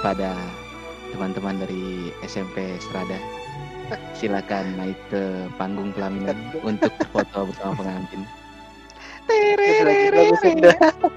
kepada teman-teman dari SMP Strada. Silakan naik ke panggung pelaminan untuk foto bersama pengantin. Lagu Sunda.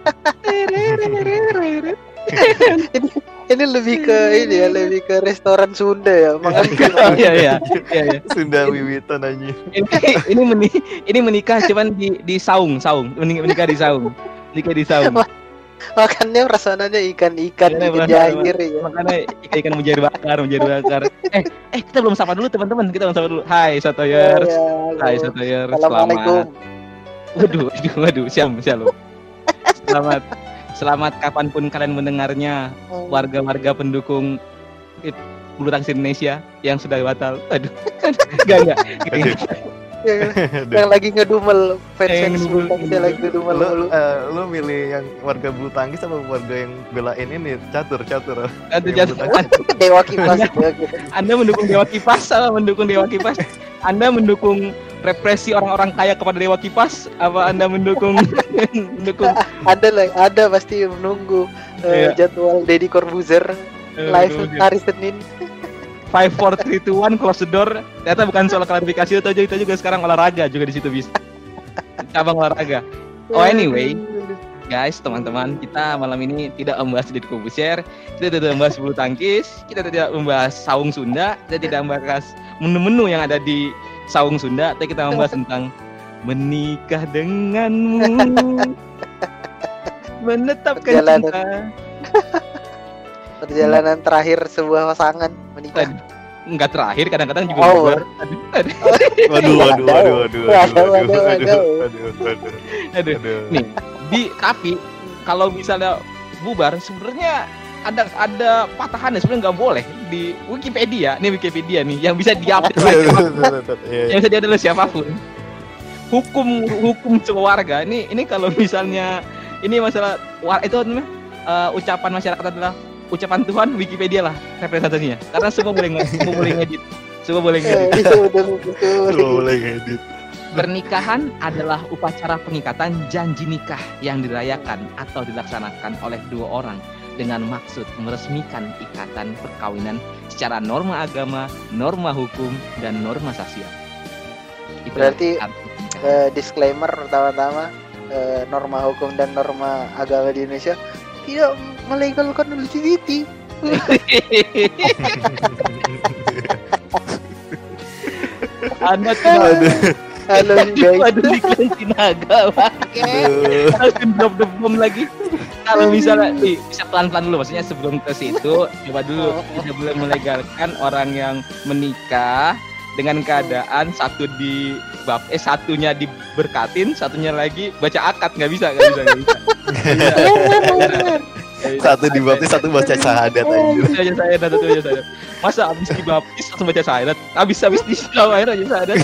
Ini lebih ke restoran Sunda ya. Iya. Sunda Wiwitan aja. Ini menikah cuman di saung. Menikah di saung. Makannya rasanya ikan jair ya. Makanya ikan mujair bakar. Kita belum sapa dulu teman-teman. Hai Sotoyers. Assalamualaikum. Selamat. Waduh, Shalom. Selamat kapanpun kalian mendengarnya, warga-warga pendukung bulu tangkis Indonesia yang sudah batal. Aduh. Enggak. Yang lagi ngedumel fans bulu tangkis lagi ngedumel mulu. Lu milih yang warga bulu tangkis sama warga yang belain ini catur. Dewa Kipas. Anda mendukung Dewa Kipas sama mendukung Dewa Kipas? Anda mendukung represi orang-orang kaya kepada Dewa Kipas? Apa Anda mendukung Ada pasti menunggu jadwal Deddy Corbuzier live hari Senin. 5, 4, 3, 2, 1 close the door. Ternyata bukan soal klarifikasi itu juga sekarang olahraga juga di situ bisa. Cabang olahraga. Oh anyway, guys, teman-teman, kita malam ini tidak membahas Deddy Corbuzier, kita tidak membahas bulu tangkis, kita tidak membahas saung Sunda, kita tidak membahas menu-menu yang ada di saung Sunda, tapi kita membahas tentang menikah denganmu, menetapkan cinta. Perjalanan terakhir sebuah pasangan menikah. Enggak terakhir, kadang-kadang juga bubar. Waduh. Nih, tapi kalau misalnya bubar sebenarnya ada patahannya, sebenarnya nggak boleh di Wikipedia nih yang bisa diupdate yang bisa diupdate oleh siapapun. Hukum keluarga ini kalau misalnya ini masalah itu ucapan masyarakat adalah ucapan Tuhan, Wikipedia lah representasinya. Karena semua boleh ngedit. Semua boleh ngedit. Pernikahan adalah upacara pengikatan janji nikah yang dirayakan atau dilaksanakan oleh dua orang dengan maksud meresmikan ikatan perkawinan secara norma agama, norma hukum, dan norma sosial. Itu berarti disclaimer pertama-tama, norma hukum dan norma agama di Indonesia tidak melegalkan LGBT. Anda tidak halo guys. Aduh, diklasin agama. Langsung drop the bomb lagi. Kalau misalnya bisa pelan-pelan dulu, maksudnya sebelum ke situ coba dulu kita boleh melegalkan orang yang menikah dengan keadaan satunya diberkatin, satunya lagi baca akad, nggak bisa. Satu dibaptis, satu baca syahadat aja. Masa abis dibaptis langsung baca syahadat, abis di akhir aja syahadat.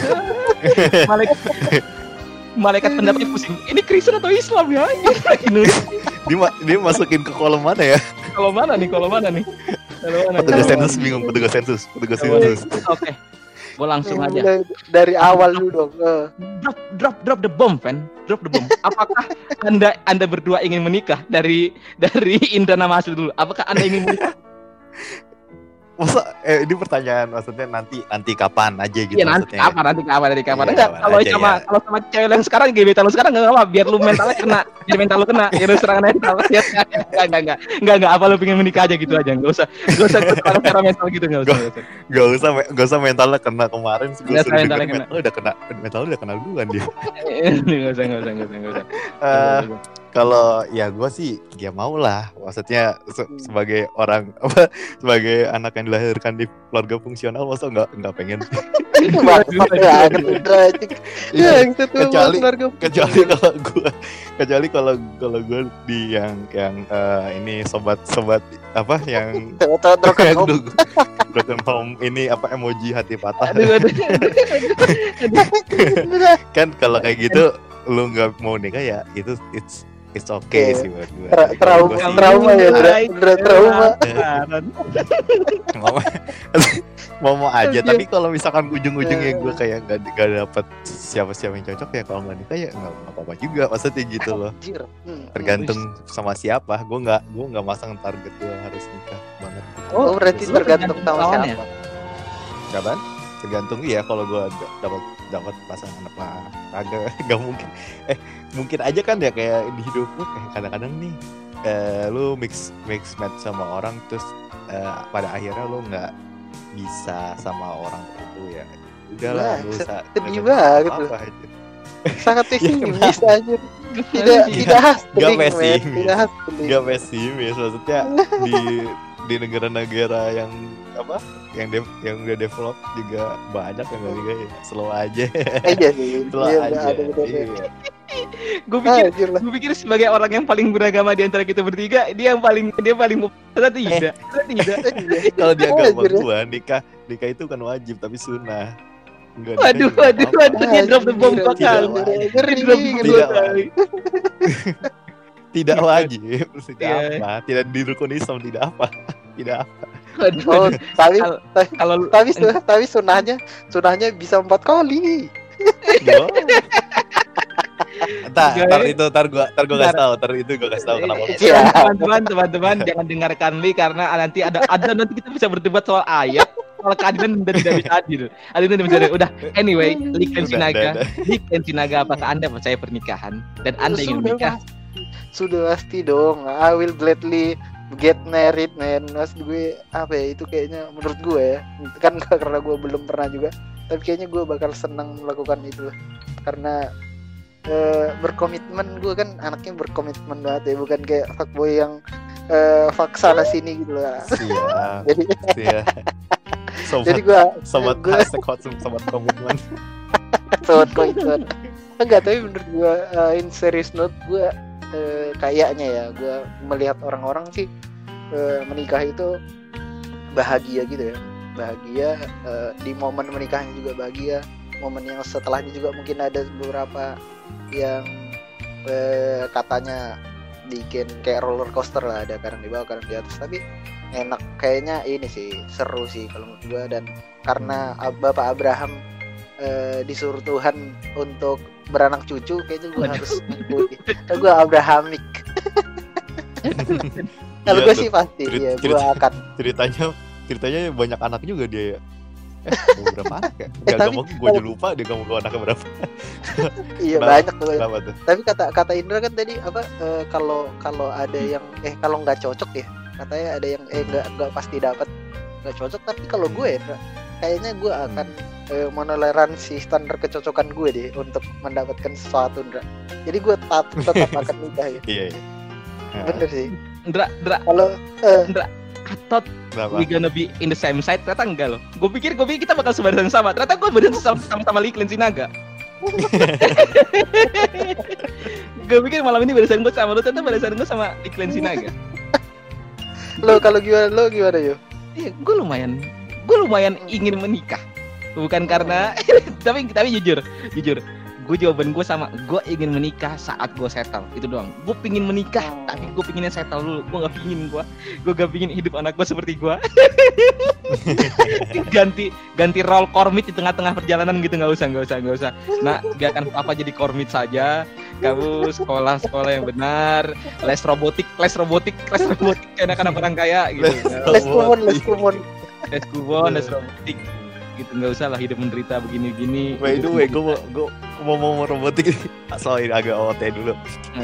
Malaikat pendapatnya pusing. Ini Kristen atau Islam ya? Dia masukin ke kolom mana ya? Kolom mana nih? Petugas sensus. Oke. Gue langsung aja dari awal dulu dong. Drop the bomb, fan. Drop the bomb. Apakah Anda berdua ingin menikah? Dari Indra nama asli dulu. Apakah Anda ingin menikah? Masa ini pertanyaan maksudnya nanti kapan aja gitu ya, maksudnya. Nanti kapan. Enggak, kalau sama cewek yang sekarang gebetan lu sekarang enggak apa-apa, biar lu mentalnya kena. Biar mental lu kena, biar lu serangan mental. Enggak, apa lu pengen menikah aja gitu aja. Enggak usah secara mental gitu enggak usah mentalnya kena kemarin gue suruh kena. Mental udah kena duluan dia. Enggak usah. Kalau ya gue sih ya mau lah, maksudnya sebagai orang sebagai anak yang dilahirkan di keluarga fungsional, masa nggak pengen. kecuali kalau gue di yang ini sobat apa yang broken home ini apa emoji hati patah. Kan kalau kayak gitu lu nggak mau nikah ya it's okay sih buat gue. Trauma ya, trauma. mau aja. Anjir. Tapi kalau misalkan ujung-ujungnya gue kayak gak dapet siapa-siapa yang cocok ya, kalau nggak nikah ya nggak apa-apa juga, maksudnya gitu loh. Anjir. Tergantung sama siapa. Gue nggak masang target gue harus nikah banget. Oh, berarti lu tergantung sama lawan siapa. Kapan? Tergantung ya, kalau gue dapat pasangan apa kagak. Nggak mungkin. Mungkin aja kan ya, kayak di hidup gue kayak kadang-kadang nih lu mix match sama orang, terus pada akhirnya lu nggak bisa sama orang itu ya udahlah, Wah, lu usah sedih banget lu. apa aja. Sangat pesimis aja. Iya. Tidak Gak hustling, man. pesimis. Tidak hustling. Gak pesimis, maksudnya di negara-negara yang apa yang udah develop juga banyak yang gak nikah ya, slow aja. Iya sih. Slow Iya, aja. ada bener. Iya. Gue pikir sebagai orang yang paling beragama di antara kita bertiga, dia paling ternyata tidak. Kalau di agama Anjir. gua nikah itu kan wajib tapi sunnah. Enggak, Waduh, dia drop the bomb bakal. Ngeri, Dia drop the bomb Tidak, kali. tidak wajib, tidak Iya. apa, tidak di rukun Islam, tidak apa. Waduh, Oh, kalau tapi sunahnya bisa 4 kali. Yo. Ntar gua kasih tahu kenapa. Iya. teman-teman jangan dengarkan Li, karena nanti nanti kita bisa berdebat soal ayat, soal keadilan dan tidak bisa adil. Adil dan bisa adil. Udah, anyway, Lik dan Sinaga, apakah Anda percaya pernikahan dan Anda ingin menikah? Sudah pasti dong. I will gladly get married, man. Mas gue apa ya, itu kayaknya menurut gue ya, kan karena gue belum pernah juga, tapi kayaknya gue bakal senang melakukan itu karena berkomitmen. Gue kan anaknya berkomitmen banget ya, bukan kayak fuckboy yang fuck sana sini gitu lah. Siap. Jadi gue sobat komitmen. sobat komitmen. Enggak, tapi menurut gue in serious note, gue kayaknya ya, gue melihat orang-orang sih menikah itu bahagia gitu ya, bahagia di momen menikahnya juga bahagia, momen yang setelahnya juga mungkin ada beberapa yang katanya bikin kayak roller coaster lah, ada kadang di bawah kadang di atas, tapi enak kayaknya. Ini sih seru sih kalau menurut gue, dan karena Bapak Abraham disuruh Tuhan untuk beranak cucu, kayaknya gue harus mengikuti. Gue Abrahamik. Kalau gue sih pasti ya, gue akan. Ceritanya banyak anak juga dia ya. Mau berapa anak ya? Gak mau, gue juga lupa dia gak mau anaknya berapa. Iya, banyak tuh. Tuh? Tapi kata Indra kan tadi apa, kalau ada yang kalau nggak cocok ya, katanya ada yang nggak pasti dapat, nggak cocok. Tapi kalau gue ya, kayaknya gue akan menoleransi standar kecocokan gue deh untuk mendapatkan sesuatu, Indra. Jadi gue tetap akan nikah ya. Iya. Bener sih. Indra, Kalau I thought we gonna be in the same side, ternyata enggak loh. Gue pikir kita bakal sebarisan sama. Ternyata gue barisan sama Lik Sinaga. Gue pikir malam ini barisan gue sama lo, ternyata barisan gue sama Lik Sinaga. lo gimana yo? Iya, gue lumayan ingin menikah. Bukan karena tapi jujur. Gue jawaban gue sama, gue ingin menikah saat gue settle, itu doang. Gue pingin menikah, tapi gue pinginnya settle dulu. Gue gak pingin hidup anak gue seperti gue. ganti role kormit di tengah-tengah perjalanan gitu, nggak usah. Nah, gak akan apa jadi kormit saja. Kamu sekolah yang benar, les robotik kayak anak-anak orang kaya gitu. Les kumon Les robotik gitu, nggak usah lah hidup menderita begini. By the way, gue mau robotik asal ini agak OT dulu.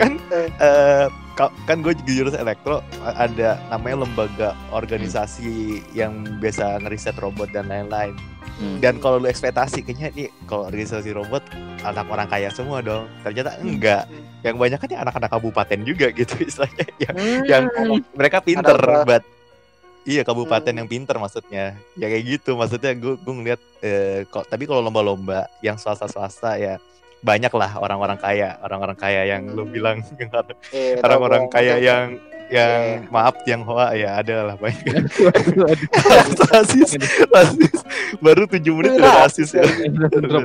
Kan gue jurusan elektro, ada namanya lembaga organisasi yang biasa ngeriset robot dan lain-lain. Dan kalau lu ekspektasi kayaknya nih kalau organisasi robot anak orang kaya semua dong. Ternyata enggak. Yang banyak kan anak-anak kabupaten juga gitu istilahnya. Yang mereka pinter buat. Iya, kabupaten yang pinter maksudnya. Ya kayak gitu maksudnya. Gue ngeliat tapi kalau lomba-lomba yang swasta ya banyak lah orang-orang kaya yang lu bilang orang-orang kaya yang maaf Tionghoa ya, ada lah banyak. rasis baru 7 menit udah rasis ya.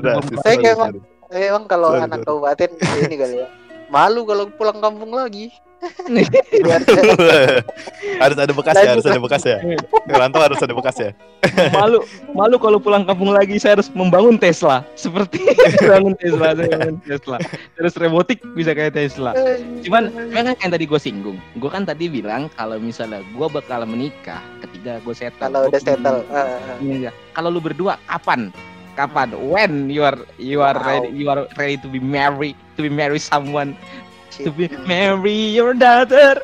Saya emang kalau anak kabupaten ini kali ya, malu kalau pulang kampung lagi. Harus ada bekasnya, harus ada bekasnya. Ngerantau harus ada bekasnya. Malu kalau pulang kampung lagi saya harus membangun Tesla. Seperti bangun Tesla, Terus robotik bisa kayak Tesla. Cuman kan yang tadi gue singgung. Gue kan tadi bilang kalau misalnya gue bakal menikah ketika gue settle. Kalau udah settle. Kalau lu berdua kapan? When you are ready to be married someone, to be marry your daughter.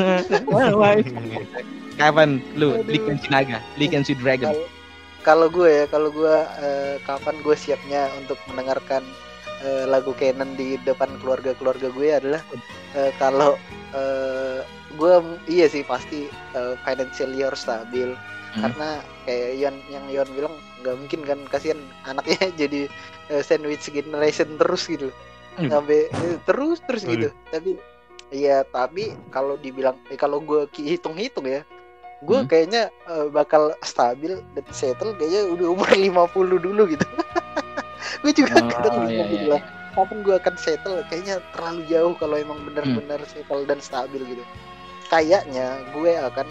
Kapan lu Likensi Dragon? Kalau gue kapan gue siapnya untuk mendengarkan lagu Canon di depan keluarga gue adalah kalau gue iya sih pasti financially harus stabil. Karena kayak yang Yon bilang nggak mungkin kan, kasihan anaknya jadi sandwich generation terus gitu sampai terus gitu. Tapi kalau dibilang kalau gue hitung ya, gue kayaknya bakal stabil dan settle kayaknya udah umur 50 dulu gitu. Gue juga kadang bilang kapan gue akan settle, kayaknya terlalu jauh kalau emang benar-benar settle dan stabil gitu. Kayaknya gue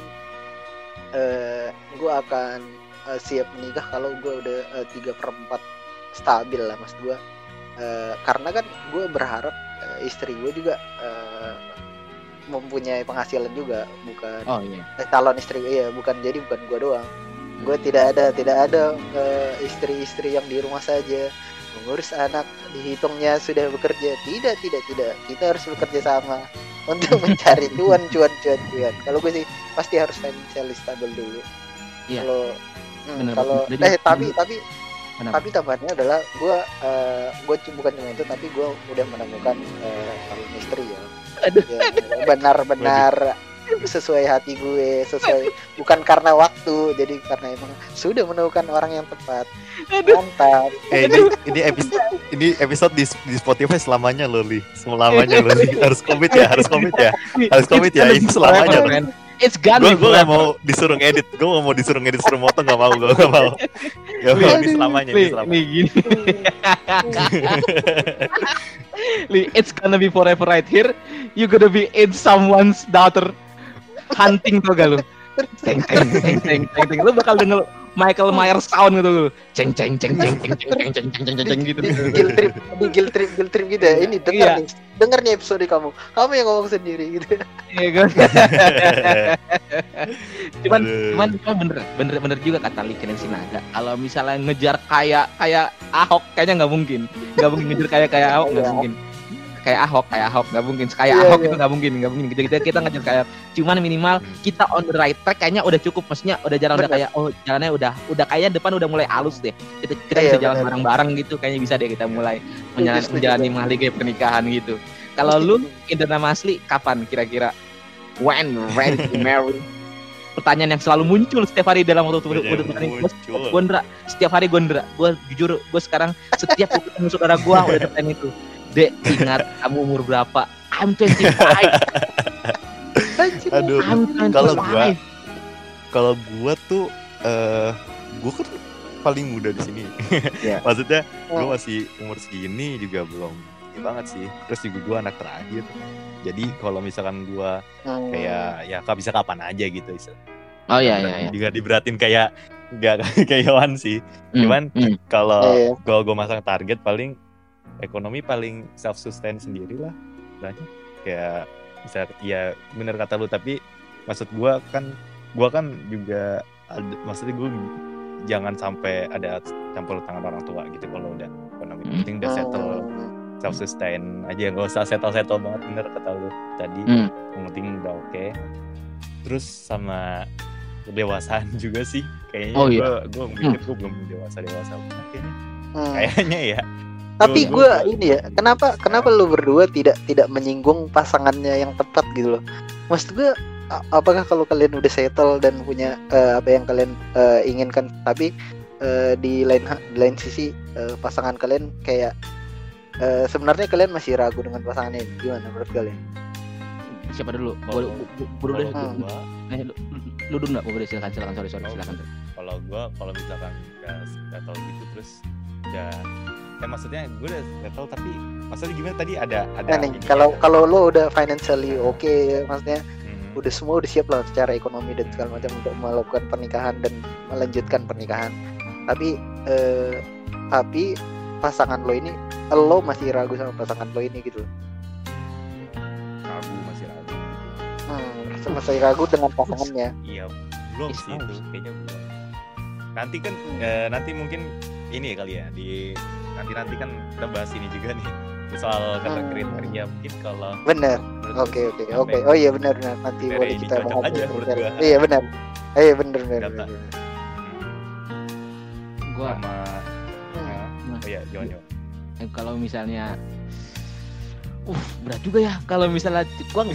akan siap menikah kalau gue udah 3/4 stabil lah, maksud gue. Karena kan gue berharap istri gue juga mempunyai penghasilan juga, bukan calon istri, bukan gue doang. Gue tidak ada istri-istri yang di rumah saja mengurus anak, dihitungnya sudah bekerja. Tidak, kita harus bekerja sama untuk mencari cuan. Kalau gue sih pasti harus financially stable dulu. Tapi tambahannya adalah gue bukan cuma itu, tapi gue udah menemukan calon istri ya. Benar-benar sesuai hati gue, bukan karena waktu, jadi karena emang sudah menemukan orang yang tepat. Mantap. Ini episode di Spotify selamanya loh, selamanya loh. Harus komit ya. Ini selamanya loh. It's gonna gue gak mau disuruh ngedit, suruh motong, gak mau. Ini selamanya. Gini. It's gonna be forever right here. You gonna be in someone's daughter hunting, tau gak lu? Ceng. Lu bakal denger Michael Myers sound gitu. Ceng gitu. Guilt trip gitu ya. Ini denger nih episode kamu yang ngomong sendiri gitu. Iya kan. Cuman bener juga kata Liken Sinaga. Kalau misalnya ngejar kayak Ahok kayaknya nggak mungkin ngejar kayak Ahok, nggak mungkin. Kayak Ahok nggak mungkin. Ahok itu nggak mungkin. Kita ngejar kayak, cuman minimal kita on the right track kayaknya udah cukup. Maksudnya udah kayak jalannya udah kayaknya depan udah mulai halus deh. Kita bisa jalan bareng-bareng gitu, kayaknya bisa deh kita mulai menjalani mahligai pernikahan gitu. Kalau lu Indra Masli kapan kira-kira? When ready to marry? Pertanyaan yang selalu muncul setiap hari dalam waktu Gondra. Setiap hari Gondra. Gue jujur, gue sekarang setiap ketemu saudara gue udah tertanya itu. Dek, ingat kamu umur berapa? I'm 25. Aduh, kalau gue tuh gue kan paling muda di sini. Maksudnya gue masih umur segini juga belum banget sih. Terus juga gue anak terakhir. Jadi kalau misalkan gue kayak ya bisa kapan aja gitu. Iya. Juga diberatin kayak nggak kayak Wan sih. Cuman kalau gue masang target paling ekonomi paling self sustain sendiri lah. Kayak bisa, ya bener kata lu, tapi maksud gue kan juga ada, maksudnya gue jangan sampai ada campur tangan orang tua gitu kalau udah ekonomi. Penting udah settle, self sustain aja, nggak usah settle banget, bener kata lu tadi. Yang penting udah oke. Terus sama kedewasaan juga sih kayaknya. Gue mikir gue belum dewasa kayaknya ya. Tapi gue ini ya, kenapa lu berdua tidak menyinggung pasangannya yang tepat gitu loh? Maksud gue, apakah kalau kalian udah settle dan punya apa yang kalian inginkan, tapi di lain sisi pasangan kalian kayak sebenarnya kalian masih ragu dengan pasangannya, gimana menurut kalian? Siapa dulu? Lu dulu nggak? Boleh, silakan. Silakan. Kalau misalkan udah settle gitu terus udah, maksudnya gue udah settle tapi Maksudnya gimana tadi ada Nah nih, kalau lo udah financially oke, maksudnya udah semua udah siap lah secara ekonomi dan segala macam untuk melakukan pernikahan dan melanjutkan pernikahan. Tapi pasangan lo ini, lo masih ragu sama pasangan lo ini gitu. masih ragu. Masih ragu dengan pasangannya. Iya, belum sih itu kayaknya belum. Nanti kan nanti mungkin ini kali ya di nanti kan kita bahas ini juga nih soal kata kriteria mungkin kalau benar. Oke. Oh iya benar nanti boleh kita bahas. Iya benar. Benar. Gua sama oh ya Jonyo. Kalau misalnya berat juga ya kalau misalnya gua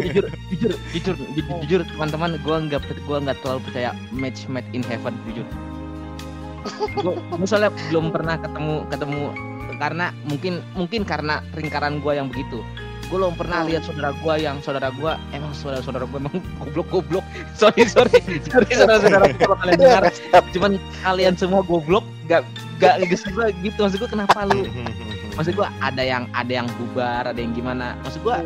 jujur teman-teman, gua nggak terlalu percaya match made in heaven, jujur. Gua soalnya belum pernah ketemu karena mungkin karena lingkaran gua yang begitu. Gue belum pernah lihat saudara gue emang saudara gue emang goblok. Sorry saudara kalau kalian dengar. Cuman kalian semua goblok, gak gitu. Maksud gue kenapa lu? Maksud gue ada yang bubar, ada yang gimana? Maksud gue,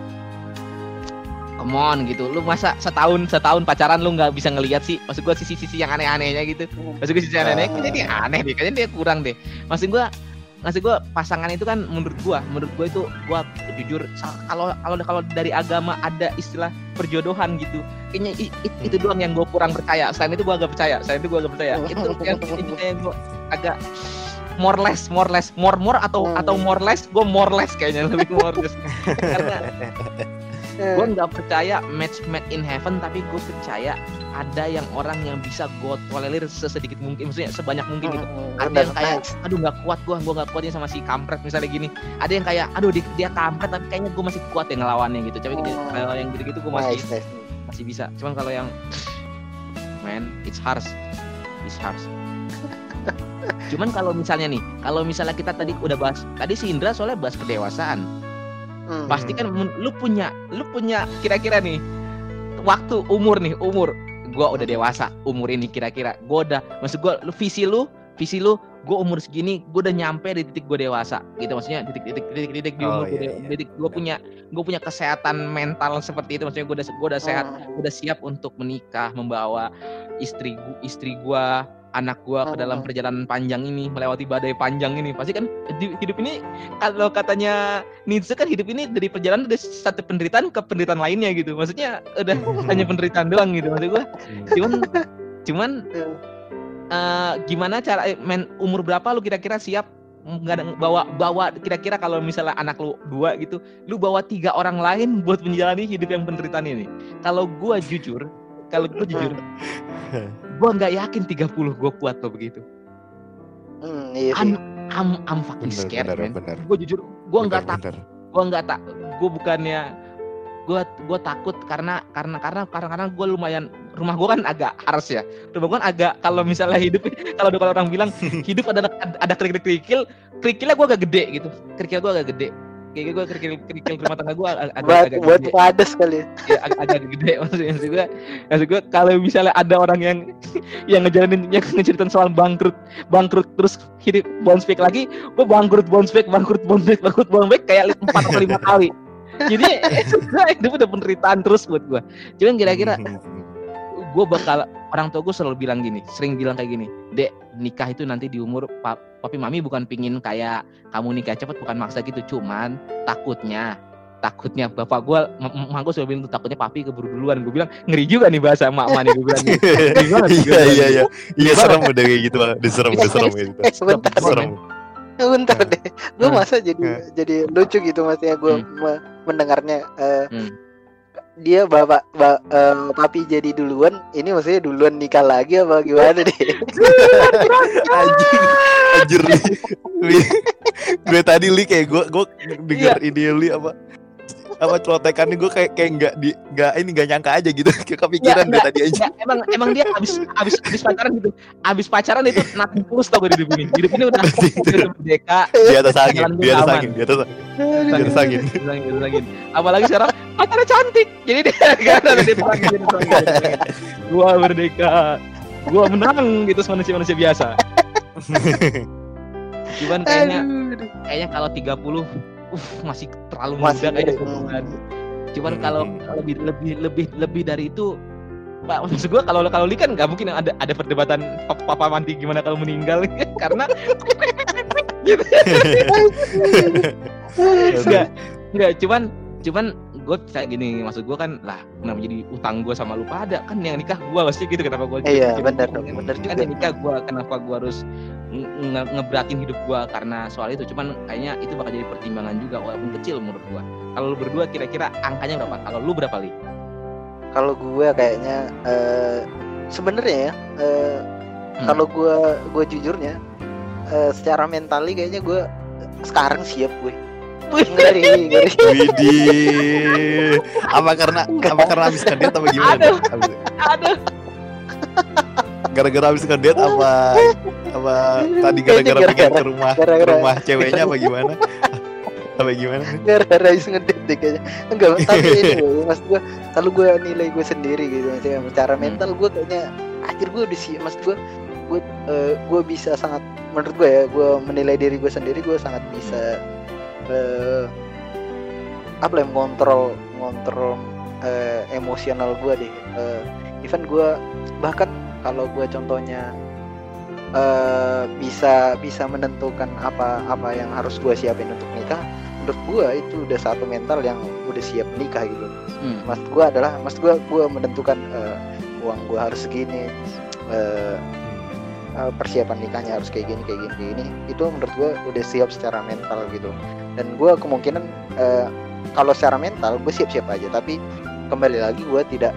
come on gitu. Lu masa setahun pacaran lu nggak bisa ngelihat sih? Maksud gue sisi yang aneh-anehnya gitu. Maksud gue sisi aneh-anehnya kayaknya dia aneh deh, kayaknya dia kurang deh. Maksud gue pasangan itu kan menurut gue itu gue jujur kalau dari agama ada istilah perjodohan gitu, kayaknya itu doang yang gue kurang percaya. Selain itu gue agak percaya. Itu yang gue agak more less atau more less, gue more less kayaknya lebih more less karena gue nggak percaya match made in heaven, tapi gue percaya ada yang orang yang bisa gue tolerir sesedikit mungkin, maksudnya sebanyak mungkin gitu. Ada yang kayak aduh nggak kuat gue nggak kuatnya sama si kampret misalnya gini. Ada yang kayak aduh dia kampret tapi kayaknya gue masih kuat ya ngelawannya gitu. Tapi kalau yang gitu gue masih bisa. Cuman kalau yang it's harsh. Cuman kalau misalnya kita tadi udah bahas, tadi si Indra soalnya bahas kedewasaan. Pasti kan lu punya kira-kira nih waktu umur gua udah dewasa umur ini, kira-kira gua udah, maksud gua visi lu gua umur segini gua udah nyampe di titik gua dewasa gitu, maksudnya titik di umur titik gua punya kesehatan mental seperti itu, maksudnya gua udah sehat, udah siap untuk menikah, membawa istri gua, anak gua ke dalam perjalanan panjang ini, melewati badai panjang ini. Pasti kan hidup ini kalau katanya Nietzsche kan hidup ini dari perjalanan dari satu penderitaan ke penderitaan lainnya gitu. Maksudnya udah hanya penderitaan doang gitu maksud gua. Cuman gimana cara umur berapa lu kira-kira siap bawa kira-kira kalau misalnya anak lu 2 gitu, lu bawa 3 orang lain buat menjalani hidup yang penderitaan ini. Kalau gue jujur gue nggak yakin 30 gue kuat loh begitu. Iya sih. I'm fucking scared, man. Gue jujur, gue takut karena gue lumayan, rumah gue kan agak harus ya. Rumah gue kan agak, kalau misalnya hidup, kalau orang bilang hidup ada kerikilnya gue agak gede gitu. Kerikil gue agak gede. Kayak gue kerikil rumah tangga gue agak buat gede. padas kali ya. Agak gede maksud gue kalau misalnya ada orang yang ngejelasin soal bangkrut terus hidup bounce back lagi, gue bangkrut bounce back kayak 4 atau 5 kali. Jadi itu udah penderitaan terus buat gue. Cuman kira-kira gue bakal, orang tua gue sering bilang kayak gini, Dek, nikah itu nanti di umur papi mami bukan pingin kayak kamu nikah cepet, bukan maksa gitu, cuman takutnya bapak gue, mak gue selalu bilang tuh, takutnya papi keburu duluan. Gue bilang ngeri juga nih bahasa emak nih, gue bilang iya serem udah kayak gitu banget, diserem gitu. Bentar deh, gue masa jadi lucu gitu maksudnya gue mendengarnya. Dia papi jadi duluan, ini maksudnya duluan nikah lagi apa gimana deh? Anjir gue tadi kayak gue denger ide apa celotekan gue kayak nggak nyangka aja gitu, kepikiran gue tadi aja. Emang dia abis pacaran itu nothing tulus tau gue di hidup ini udah merdeka, di atas angin. Apalagi sekarang pacarnya cantik, jadi dia gua merdeka, gua menang gitu sama manusia biasa. Cuman kayaknya kalau 30 masih terlalu Masih muda kayaknya. muda. Cuman kalau lebih dari itu, Pak, maksud gue kalau Li kan nggak mungkin ada perdebatan papa mati gimana kalau meninggal karena nggak cuman gue kayak gini, maksud gue kan lah kenapa jadi utang gue sama lu pada, kan yang nikah gue pasti gitu, kenapa gue Iya benar dong, benar kan juga. yang nikah gue, kenapa gue harus ngeberatin hidup gue karena soal itu. Cuman kayaknya itu bakal jadi pertimbangan juga walaupun kecil menurut gue. Kalau lu berdua kira-kira angkanya berapa? Kalau lu berapa, Li? Kalau gue kayaknya sebenarnya ya kalau gue jujurnya secara mentali kayaknya gue sekarang siap gue. Ngeri. Widih. Apa karena habis ngedate apa gimana? Aduh. Gara-gara habis ngedate apa tadi gara-gara pengen ke rumah ceweknya apa gimana? Apa gimana? Gara-gara habis ngedate deh kayaknya. Enggak, tapi ini mas gue kalau gue nilai gue sendiri gitu, maksudnya secara mental gue kayaknya akhir gue udah siap. Mas gue bisa sangat, menurut gue ya, gue menilai diri gue sendiri, gue sangat bisa mengontrol emosional gue deh. Even gue bahkan kalau gue contohnya bisa menentukan apa yang harus gue siapin untuk nikah, menurut gue itu udah satu mental yang udah siap nikah gitu. Maksud gue menentukan uang gue harus segini, persiapan nikahnya harus kayak gini. Itu menurut gue udah siap secara mental gitu. Dan gue kemungkinan kalau secara mental gue siap-siap aja, tapi kembali lagi gue tidak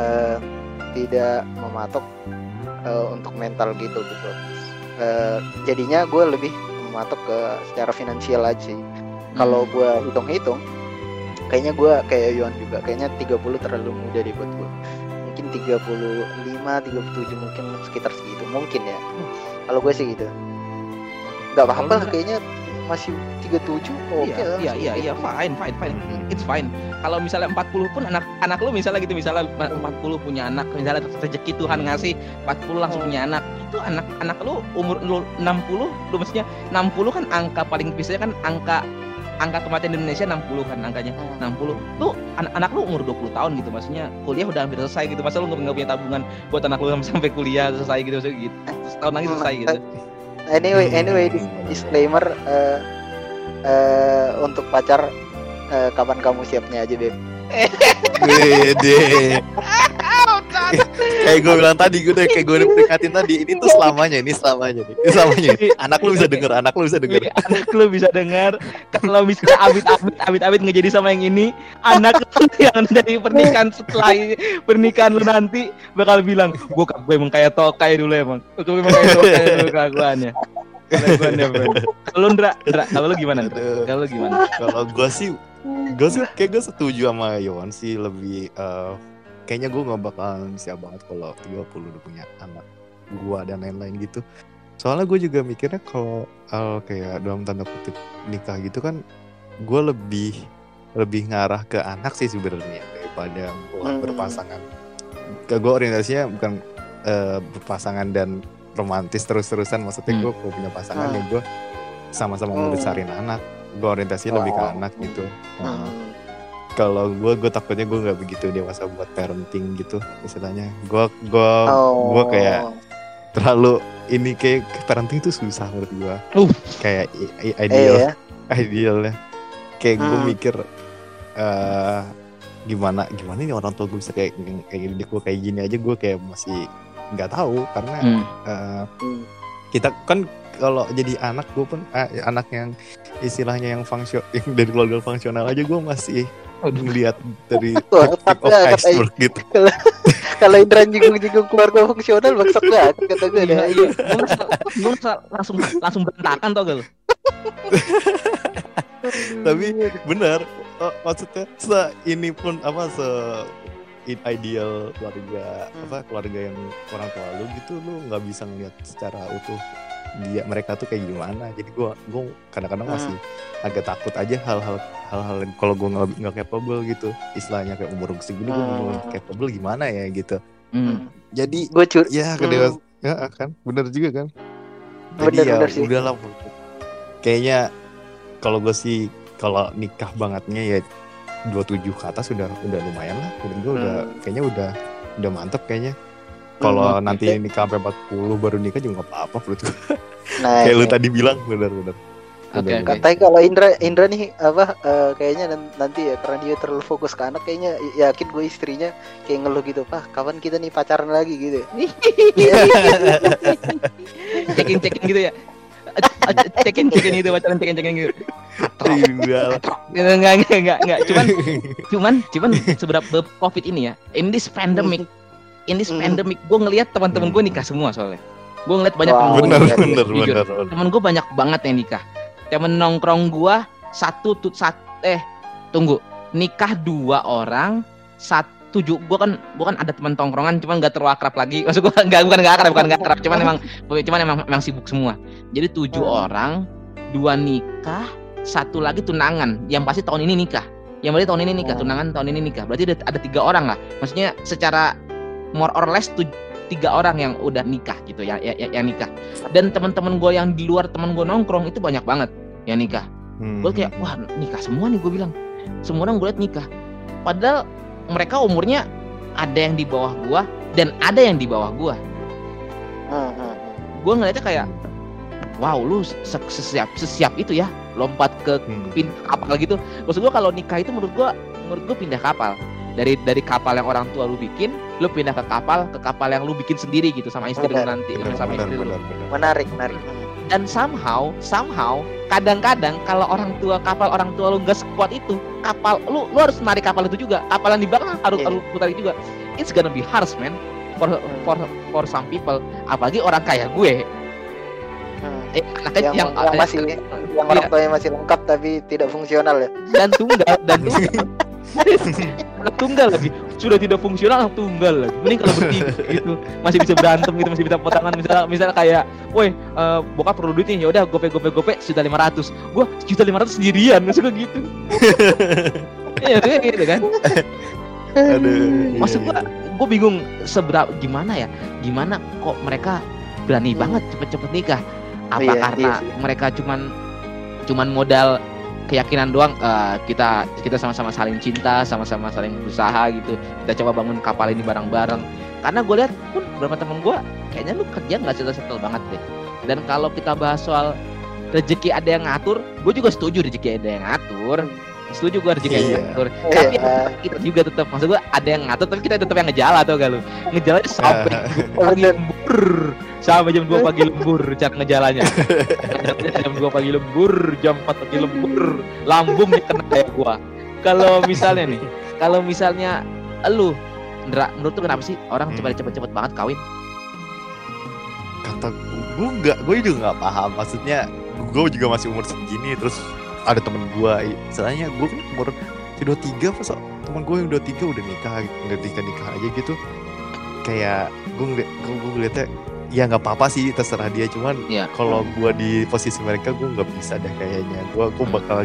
mematok untuk mental gitu. Jadinya gue lebih mematok ke secara finansial aja sih. Kalau gue hitung-hitung, kayaknya gue kayak Yohan juga, kayaknya 30 terlalu muda deh buat gue. Mungkin 35, 37 mungkin sekitar segitu mungkin ya. Kalau gue sih gitu. Gak apa-apa lah kayaknya, masih 37 oke lah. Iya, fine. It's fine. Kalau misalnya 40 pun anak lu misalnya gitu, misalnya 40 punya anak, misalnya rezeki Tuhan ngasih 40 langsung punya anak. Itu anak lu umur lu 60, lu maksudnya 60 kan angka paling biasanya kan angka kematian di Indonesia 60 kan angkanya. 60. Lu anak lu umur 20 tahun gitu, maksudnya kuliah udah hampir selesai gitu. Masa lu enggak punya tabungan buat anak lu sampai kuliah selesai gitu, maksudnya gitu. Setahun lagi selesai gitu. Anyway, disclaimer untuk pacar kapan kamu siapnya aja, Beb. Wede. Kayak gue bilang tadi, kayak gue udah peringatin tadi, ini tuh selamanya nih. Anak lu bisa denger. Anak lu bisa denger. Kalau misalnya abit nggak jadi sama yang ini, anak lu yang dari pernikahan setelah pernikahan lu nanti bakal bilang, gue emang kayak tokai dulu emang. Gue emang kayak tokai dulu kelakuannya. Kalau lu gimana? Kalau gue sih kayak gue setuju sama Yohan sih, lebih kayaknya gue gak bakalan siap banget kalau 30 udah punya anak gue dan lain-lain gitu. Soalnya gue juga mikirnya kalau kayak dalam tanda kutip nikah gitu kan, gue lebih ngarah ke anak sih sebenarnya daripada gue berpasangan. Gue orientasinya bukan berpasangan dan romantis terus-terusan, maksudnya gue punya pasangan yang gue sama-sama ngebesarin anak. Gue orientasinya lebih ke anak gitu. Kalau gue takutnya gue nggak begitu dewasa buat parenting gitu istilahnya. Gue kayak terlalu ini, kayak parenting itu susah menurut gue. Kayak ideal ya. Kayak gue mikir gimana nih orang tua gue bisa kayak gini, gue kayak gini aja gue kayak masih nggak tahu, karena kita kan kalau jadi anak, gue pun anak yang istilahnya yang dari keluarga fungsional aja gue masih ngelihat dari tip of iceberg gitu. Kalau Indra jinggung keluarga fungsional maksud banget kata gue. Iya. Gue langsung berantakan tau gak lu? Tapi benar, maksudnya ini pun ideal keluarga yang orang tua lu gitu, lu nggak bisa ngelihat secara utuh mereka tuh kayak gimana. Jadi gue kadang-kadang masih agak takut aja hal-hal kalau gue nggak capable gitu, istilahnya kayak umur segini gue belum capable gimana ya gitu. Jadi ya kedewasa ya kan, bener juga kan. Jadi udahlah, kayaknya kalau gue sih kalau nikah bangetnya ya 27 ke atas udah lumayan lah. Menurut gue kayaknya udah mantep kayaknya. Kalau nanti nikah sampai 40 baru nikah juga nggak apa-apa menurut gue. Nah, kayak lu tadi bilang benar-benar. Oke. Katanya kalau Indra nih kayaknya nanti ya karena dia terlalu fokus ke anak, kayaknya yakin gue istrinya kayak ngeluh gitu, Pak kapan kita nih pacaran lagi gitu. Cekin gitu ya. Cekin itu pacaran cekin gitu. Enggak. Cuman seberapa COVID ini ya. In this pandemic gue ngelihat teman-teman gue nikah semua soalnya. Gue ngeliat banyak teman gue nikah. Bener. Temen gue banyak banget yang nikah. Temen nongkrong gue nikah 2 orang, gue kan ada teman tongkrongan cuman nggak terlalu akrab lagi. Maksud gue bukan nggak akrab, cuman emang sibuk semua. Jadi 7 orang, 2 nikah, 1 lagi tunangan. Yang pasti tahun ini nikah. Tunangan tahun ini nikah. Berarti ada 3 orang lah. Maksudnya secara more or less 3 orang yang udah nikah gitu ya, yang nikah. Dan teman-teman gue yang di luar teman gue nongkrong itu banyak banget yang nikah. Gue kayak wah nikah semua nih, gue bilang semua orang gue liat nikah. Padahal mereka umurnya ada yang di bawah gue dan ada yang di bawah gue. Gue ngeliatnya kayak wow lu sesiap itu ya lompat ke pindah kapal gitu. Maksud gue kalau nikah itu menurut gue pindah kapal. Dari kapal yang orang tua lu bikin, lu pindah ke kapal yang lu bikin sendiri gitu sama istri lu nanti, sama istri lu. Menarik. Dan somehow kadang-kadang kalau kapal orang tua lu nggak sekuat itu, kapal lu harus narik kapal itu juga, kapal yang di belakang harus putar juga. It's gonna be harsh man for some people, apalagi orang kayak gue. Anaknya yang orang tuanya masih lengkap tapi tidak fungsional ya. Dan tunggal. Anak tunggal lagi, sudah tidak fungsional anak tunggal lagi. Mending kalau bertiga gitu, masih bisa berantem gitu, masih bisa potangan. Misalnya kayak, woi bokap perlu duit nih, ya udah gope 1.500. Gua 1.500 sendirian, maksud gue gitu. Iya gitu kan. Maksud gue bingung gimana kok mereka berani banget cepet-cepet nikah. Apa karena mereka cuman modal keyakinan doang, kita sama-sama saling cinta, sama-sama saling berusaha gitu, kita coba bangun kapal ini bareng-bareng. Karena gue lihat pun beberapa temen gue kayaknya lu kerja nggak settle banget deh. Dan kalau kita bahas soal rezeki ada yang ngatur, gue juga setuju rezeki ada yang ngatur. Setuju gue rezeki ada yang ngatur. Tapi kita juga tetap, maksud gue ada yang ngatur, tapi kita tetap yang ngejala tau gak lu? Ngejalanya sampai pagi lembur, sampai jam 2 pagi lembur cara ngejalannya. Jam 2 pagi lembur, jam 4 pagi lembur, lambung kena kayak gue. Kalau misalnya lu, Ndra, menurut lu kenapa sih orang cepet-cepet banget kawin? Kata gue juga nggak paham. Maksudnya gue juga masih umur segini, terus ada temen gue, soalnya gue kan umur 23, pas temen gue yang 23 udah nikah aja gitu. Kayak gue ngeliatnya ya nggak apa-apa sih, terserah dia. Cuman kalau gue di posisi mereka, gue nggak bisa deh kayaknya. Gue bakal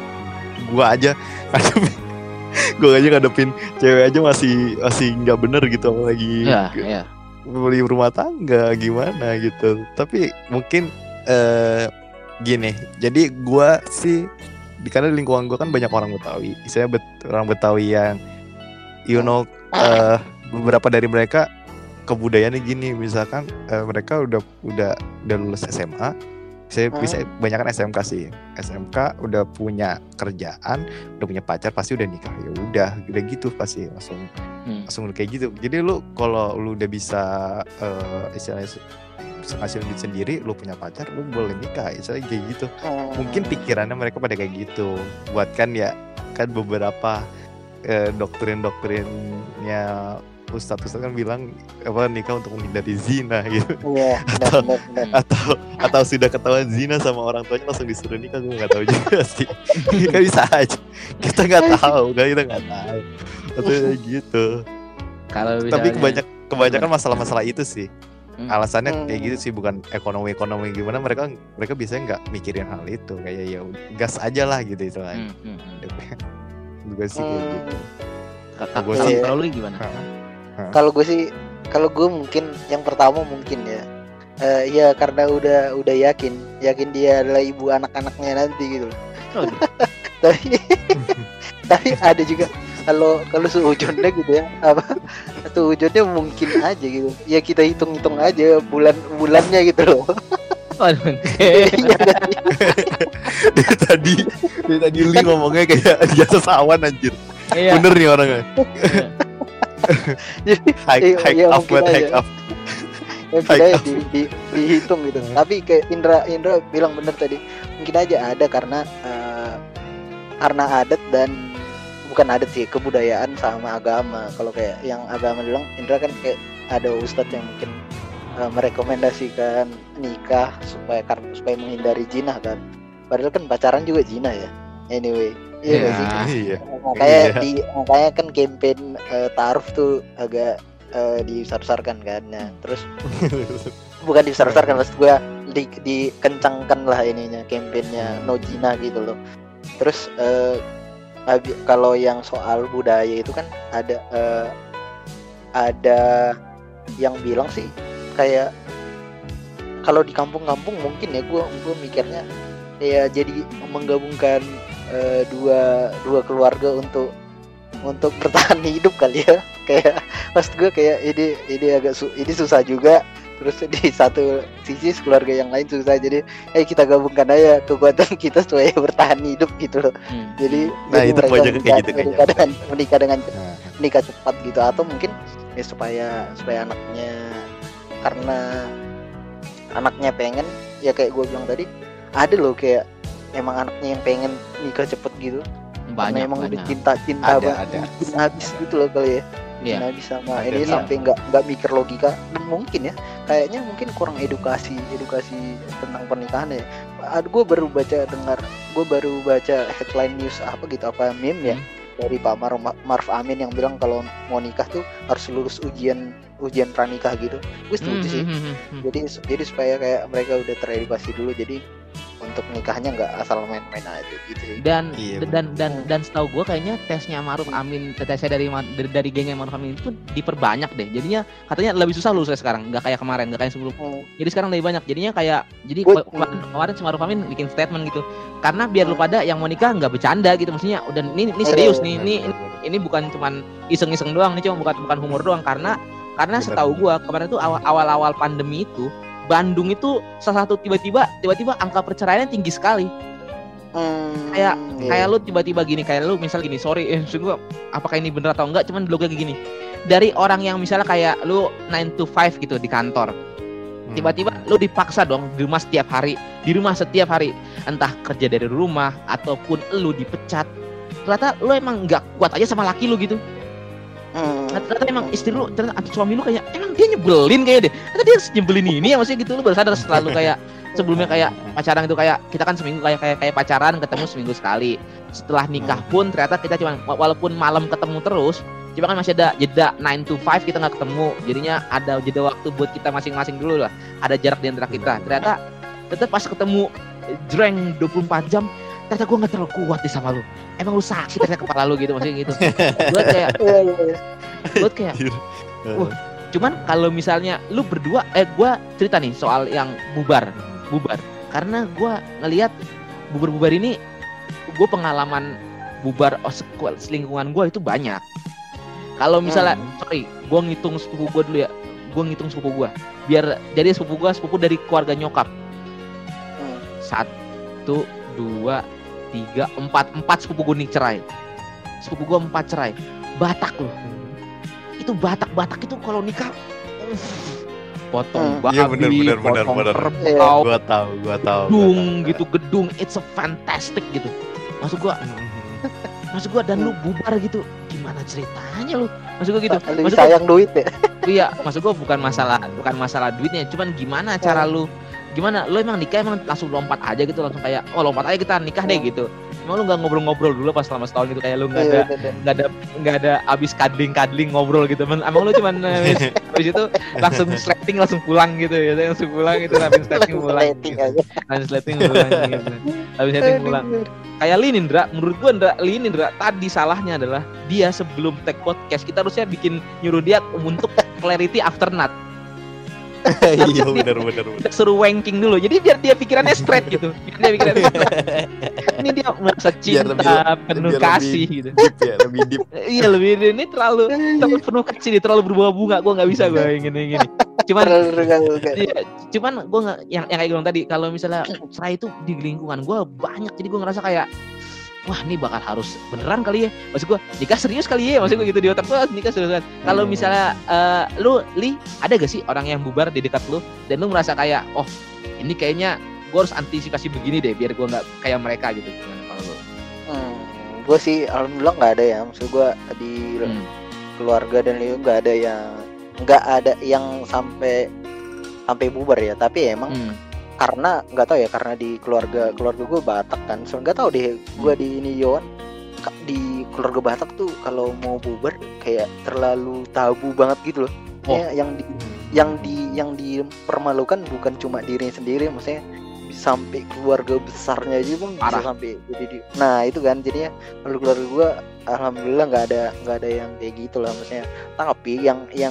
gue aja ngadepin cewek aja masih nggak bener gitu, apalagi beli rumah tangga gimana gitu. Tapi mungkin gini, jadi gue sih karena di lingkungan gue kan banyak orang Betawi, saya orang Betawi yang beberapa dari mereka kebudayaannya gini, misalkan mereka udah lulus SMA, saya bisa banyak kan SMK sih, SMK udah punya kerjaan, udah punya pacar, pasti udah nikah, ya udah gitu pasti langsung kayak gitu. Jadi lu kalau lu udah bisa istilahnya ngasih duit sendiri, lu punya pacar, lu boleh nikah, istilahnya kayak gitu. Mungkin pikirannya mereka pada kayak gitu. Buat kan beberapa doktrinnya ustadz kan bilang nikah untuk menghindari zina gitu. Atau sudah ketahuan zina sama orang tuanya langsung disuruh nikah, gue nggak tahu juga sih. Kan bisa aja, kita nggak tahu. Atau gitu. Tapi kebanyakan masalah-masalah itu sih. Alasannya kayak gitu sih, bukan ekonomi gimana, mereka biasanya nggak mikirin hal itu, kayak ya gas aja lah gitu istilahnya. Juga sih kayak gitu. Kalau lu gimana? Kalau gue mungkin yang pertama mungkin ya karena udah yakin dia adalah ibu anak-anaknya nanti gitu. tapi ada juga kalau seujurnya gitu ya, apa seujurnya mungkin aja gitu ya, kita hitung aja bulannya gitu loh. Waduh. Iya kan? Dia tadi Li ngomongnya kayak dia sesawan anjir. Iya. Bener nih orangnya. Jadi Hike up mungkin buat aja. hike up. Ya kita ya dihitung gitu. Tapi kayak Indra bilang bener tadi, mungkin aja ada karena adat dan bukan adat sih, kebudayaan sama agama. Kalau kayak yang agama bilang, Indra kan kayak ada ustadz yang mungkin merekomendasikan nikah supaya menghindari zina kan. Padahal kan pacaran juga zina ya. Anyway, iya nggak sih? Iya. Makanya kan campaign ta'aruf tuh agak dibesar-besarkan kan. Nah, terus bukan dibesar-besarkan, maksud gue dikencangkan lah ininya, campaignnya no zina gitu loh. Terus kalau yang soal budaya itu kan ada yang bilang sih kayak kalau di kampung-kampung mungkin ya, gue mikirnya ya jadi menggabungkan dua keluarga untuk bertahan hidup kali ya. Kayak maksud gue kayak ini agak ini susah juga, terus di satu sisi keluarga yang lain susah, jadi kita gabungkan aja kekuatan kita supaya bertahan hidup gitu loh. Jadi itu mereka kayak gitu kayaknya. menikah cepat gitu, atau mungkin ya supaya anaknya, karena anaknya pengen ya, kayak gue bilang tadi, ada loh kayak emang anaknya yang pengen nikah cepet gitu, karena emang udah cinta banget habis gitu loh kali ya. Iya. Habis sama ini sampai nggak mikir logika, dan mungkin ya kayaknya mungkin kurang edukasi tentang pernikahan ya. Gue baru baca headline news apa meme ya dari Pak Maruf Amin yang bilang kalau mau nikah tuh harus lulus ujian pranikah gitu. Gue setuju sih. Jadi supaya kayak mereka udah teredukasi dulu, jadi untuk nikahnya nggak asal main-main aja gitu sih. Dan setahu gue kayaknya tesnya Maruf Amin, tesnya dari gengnya Maruf Amin itu diperbanyak deh. Jadinya katanya lebih susah lulusnya sekarang, nggak kayak kemarin, nggak kayak sebelum. Jadi sekarang lebih banyak. Jadinya kayak kemarin si Maruf Amin bikin statement gitu. Karena biar lu pada yang mau nikah nggak bercanda gitu, maksudnya udah ini serius nih, ini bukan cuman iseng-iseng doang, ini cuma bukan humor doang, karena setahu gue kemarin tuh awal-awal pandemi itu Bandung itu salah satu tiba-tiba angka perceraiannya tinggi sekali. Kayak lu tiba-tiba gini, kayak lu misal gini, sorry maksud gua apakah ini bener atau enggak, cuman logika gini. Dari orang yang misalnya kayak lu 9 to 5 gitu di kantor. Tiba-tiba lu dipaksa dong di rumah setiap hari. Entah kerja dari rumah ataupun lu dipecat. Ternyata lu emang enggak kuat aja sama laki lu gitu. Ternyata emang istri lu, ternyata suami lu kayak emang dia nyebelin kayak deh. Ternyata dia nyebelin ini ya, maksudnya gitu. Lu baru sadar selalu kayak sebelumnya kayak pacaran itu kayak kita kan seminggu kayak pacaran ketemu seminggu sekali. Setelah nikah pun ternyata kita cuma walaupun malam ketemu terus, cuma kan masih ada jeda 9 to 5 kita nggak ketemu. Jadinya ada jeda waktu buat kita masing-masing dulu lah. Ada jarak di antara kita. Ternyata pas ketemu jreng 24 jam, ternyata gue nggak terlalu kuat nih sama lu. Emang lu sakit ternyata kepala lu gitu, maksudnya gitu. Gue kayak cuman kalau misalnya lu berdua, gue cerita nih soal yang bubar, karena gue ngelihat bubar ini, gue pengalaman bubar selingkungan gue itu banyak. Kalau misalnya gue ngitung sepupu gue dulu ya, biar jadi sepupu dari keluarga nyokap. 1, 2, 3, 4 sepupu gue nih cerai. Sepupu gue 4 cerai. Batak loh. Itu Batak itu kalau nikah potong babi, potong kerbau. Gua tahu. Gedung, it's a fantastic gitu. Maksud gua dan lu bubar gitu. Gimana ceritanya lu? Maksud gua gitu. Lebih sayang duit ya. Iya, maksud gua bukan masalah duitnya, cuman gimana cara lu emang nikah emang langsung lompat aja gitu, langsung kayak lompat aja kita nikah deh gitu. Emang lu nggak ngobrol-ngobrol dulu pas selama setahun gitu, kayak lu nggak ada abis kadling ngobrol gitu. Emang lu cuman habis itu langsung sleting langsung pulang gitu ya, langsung pulang gitu, habis sleting pulang. Habis sleting pulang. Kayak Linindra, menurut gua Linindra tadi salahnya adalah dia sebelum take podcast kita harusnya nyuruh dia untuk clarity after nut. Iya benar. Kita suruh wanking dulu. Jadi biar dia pikirannya straight gitu. Biar dia pikirannya straight. Ini dia merasa cinta, penuh kasih gitu. Deep ya, lebih deep. Iya lebih ini terlalu penuh kasih, terlalu berbunga-bunga. Gue nggak bisa gue yang gini. Cuman iya, cuman gue nggak yang kayak gue bilang tadi, kalau misalnya saya itu di lingkungan gue banyak, jadi gue ngerasa kayak wah ini bakal harus beneran kali ya, maksud gue nikah serius kali ya, maksud gue gitu di otak gue nikah serius kan. Kalau misalnya lu ada gak sih orang yang bubar di dekat lu dan lu merasa kayak oh ini kayaknya gue harus antisipasi begini deh biar gue nggak kayak mereka gitu. Gimana kalau lu? Gue sih alhamdulillah nggak ada ya, maksud gue di keluarga dan itu nggak ada yang sampai bubar ya, tapi emang karena nggak tahu ya, karena di keluarga gue Batak kan, so nggak tahu deh gue di ini Yohan di keluarga Batak tuh kalau mau bubar kayak terlalu tabu banget gitu loh. Ya, yang dipermalukan bukan cuma dirinya sendiri, maksudnya sampai keluarga besarnya aja pun bisa sampai jadi. Nah itu kan jadinya kalau keluarga gue alhamdulillah nggak ada yang kayak gitu lah, maksudnya. Tapi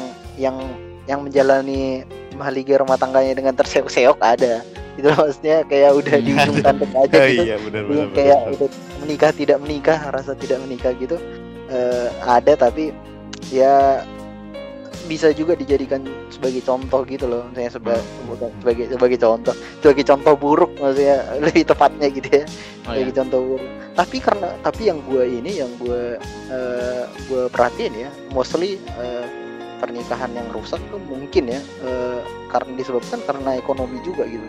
yang menjalani mahligai rumah tangganya dengan terseok-seok ada. Itu maksudnya kayak udah di ujung tanduk aja gitu. Iya, bener. Kayak udah menikah tidak menikah, rasa tidak menikah gitu. Ada, tapi ya bisa juga dijadikan sebagai contoh gitu loh, maksudnya sebagai contoh buruk, maksudnya lebih tepatnya gitu ya. Sebagai contoh buruk. Tapi yang gue perhatiin ya, mostly pernikahan yang rusak tuh mungkin ya karena disebabkan karena ekonomi juga gitu.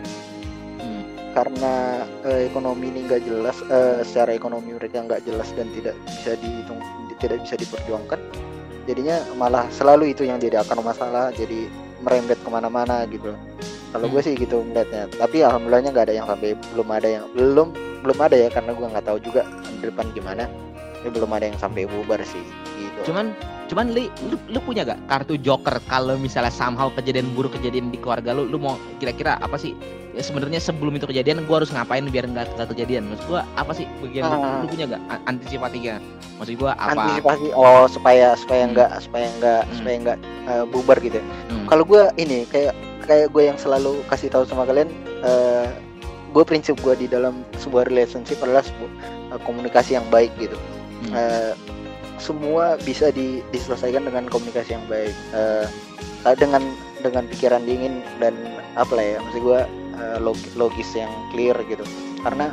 Karena ekonomi ini nggak jelas, secara ekonomi mereka nggak jelas dan tidak bisa dihitung, tidak bisa diperjuangkan, jadinya malah selalu itu yang jadi akar masalah, jadi merembet kemana-mana gitu. Kalau gue sih gitu melihatnya. Tapi alhamdulillahnya nggak ada yang sampai belum ada ya, karena gue nggak tahu juga di depan gimana. Tapi belum ada yang sampai bubar sih gitu. Cuman lu punya gak kartu joker kalau misalnya somehow kejadian buruk kejadian di keluarga lu mau kira-kira apa sih ya sebenarnya sebelum itu kejadian gue harus ngapain biar nggak kejadian? Maksud gue apa sih bagian lu punya gak antisipasinya? Maksud gue apa? Antisipasi supaya nggak bubar gitu. Kalau gue ini kayak gue yang selalu kasih tahu sama kalian, gue prinsip gue di dalam sebuah relationship adalah komunikasi yang baik gitu. Semua bisa diselesaikan dengan komunikasi yang baik, dengan pikiran dingin dan apa lah ya, maksud gue logis yang clear gitu. Karena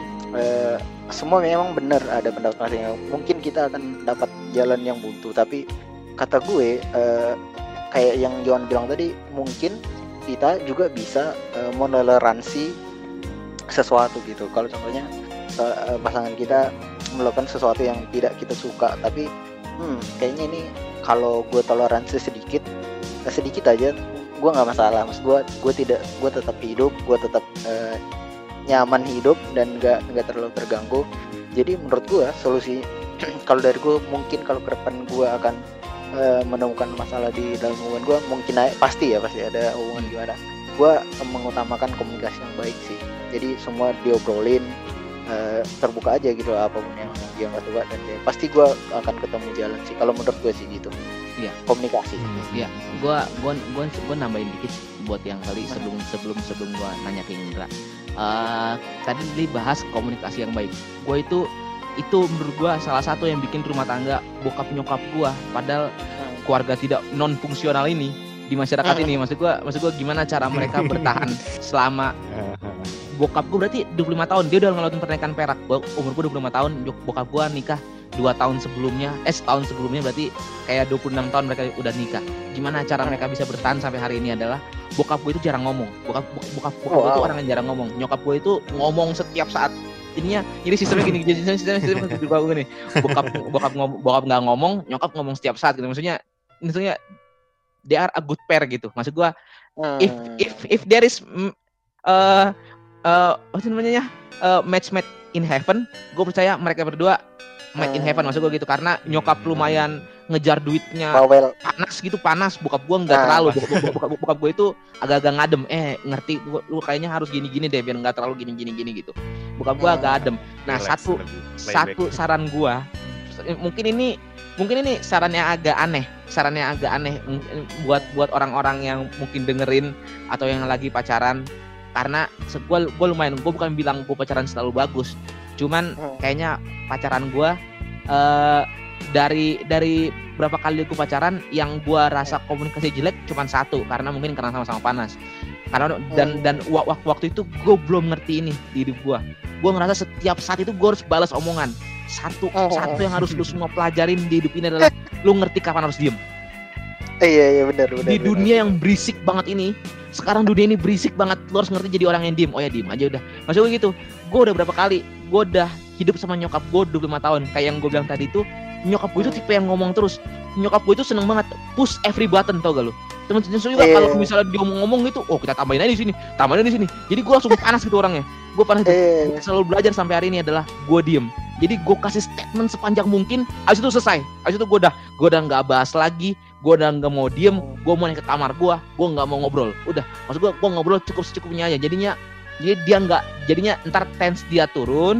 semua memang benar ada pendapat masing-masing. Mungkin kita akan dapat jalan yang buntu, tapi kata gue kayak yang Johan bilang tadi, mungkin kita juga bisa menoleransi sesuatu gitu. Kalau contohnya pasangan kita melakukan sesuatu yang tidak kita suka, tapi kayaknya ini kalau gue toleransi sedikit aja gue nggak masalah. Maksud gue tetap hidup, gue tetap nyaman hidup dan nggak terlalu terganggu. Jadi menurut gue solusi kalau dari gue, mungkin kalau ke depan gue akan menemukan masalah di dalam hubungan gue, mungkin pasti ada hubungan gimana, gue mengutamakan komunikasi yang baik sih. Jadi semua diobrolin, terbuka aja gitu, apapun yang dia nggak suka, dan dia pasti gue akan ketemu jalan sih. Kalau menurut gue sih gitu. Iya, komunikasi. Iya, gue nambahin dikit buat yang kali sebelum gue nanya ke Indra. Tadi dibahas komunikasi yang baik. Gue itu menurut gue salah satu yang bikin rumah tangga bokap nyokap gue, padahal keluarga tidak non fungsional ini di masyarakat ini. Maksud gue gimana cara mereka bertahan selama bokap gue berarti 25 tahun dia udah ngelakuin pernikahan perak. Umur gue 25 tahun, bokap gue nikah 2 tahun sebelumnya, setahun sebelumnya, berarti kayak 26 tahun mereka udah nikah. Gimana cara mereka bisa bertahan sampai hari ini adalah bokap gue itu jarang ngomong. Bokap gue itu orang yang jarang ngomong. Nyokap gue itu ngomong setiap saat. Ini sistemnya gini, sistem bokap gue nih. Bokap nggak ngomong, nyokap ngomong setiap saat gitu. Maksudnya they are a good pair gitu. Maksud gue if there is match made in heaven, gue percaya mereka berdua made in heaven. Maksud gue gitu, karena nyokap lumayan ngejar duitnya, panas. Bokap gue nggak terlalu. Bokap gue itu agak-agak ngadem. Ngerti, lu kayaknya harus gini-gini deh biar nggak terlalu gini gitu. Bokap gue agak adem. Nah, satu saran gue mungkin ini sarannya agak aneh buat orang-orang yang mungkin dengerin atau yang lagi pacaran, karena gue lumayan, gue bukan bilang gue pacaran selalu bagus, cuman kayaknya pacaran gue dari berapa kali gue pacaran yang gue rasa komunikasi jelek cuman satu, karena sama-sama panas. Karena dan waktu itu gue belum ngerti ini di hidup gue ngerasa setiap saat itu gue harus balas omongan. Satu yang harus lu semua pelajarin di hidup ini adalah lu ngerti kapan harus diem. Iya benar. Di dunia yang berisik banget ini, sekarang dunia ini berisik banget, lu harus ngerti jadi orang yang diem. Oh ya diem aja udah. Maksud gue gitu. Gue udah berapa kali gue udah hidup sama nyokap gue 25 tahun. Kayak yang gue bilang tadi itu, nyokap gue itu tipe yang ngomong terus. Nyokap gue itu seneng banget push every button, tau gak lu? Temen-temen juga kalau misalnya dia ngomong gitu, oh kita tambahin aja di sini. Jadi gue langsung panas gitu orangnya. Gue panas gitu. Selalu belajar sampai hari ini adalah gue diem. Jadi gue kasih statement sepanjang mungkin, abis itu selesai. Abis itu gue udah nggak bahas lagi, gue udah nggak mau diem, gue mau naik ke kamar gue nggak mau ngobrol. Udah, maksud gue ngobrol cukup secukupnya aja. Jadi dia nggak, jadinya ntar tense dia turun.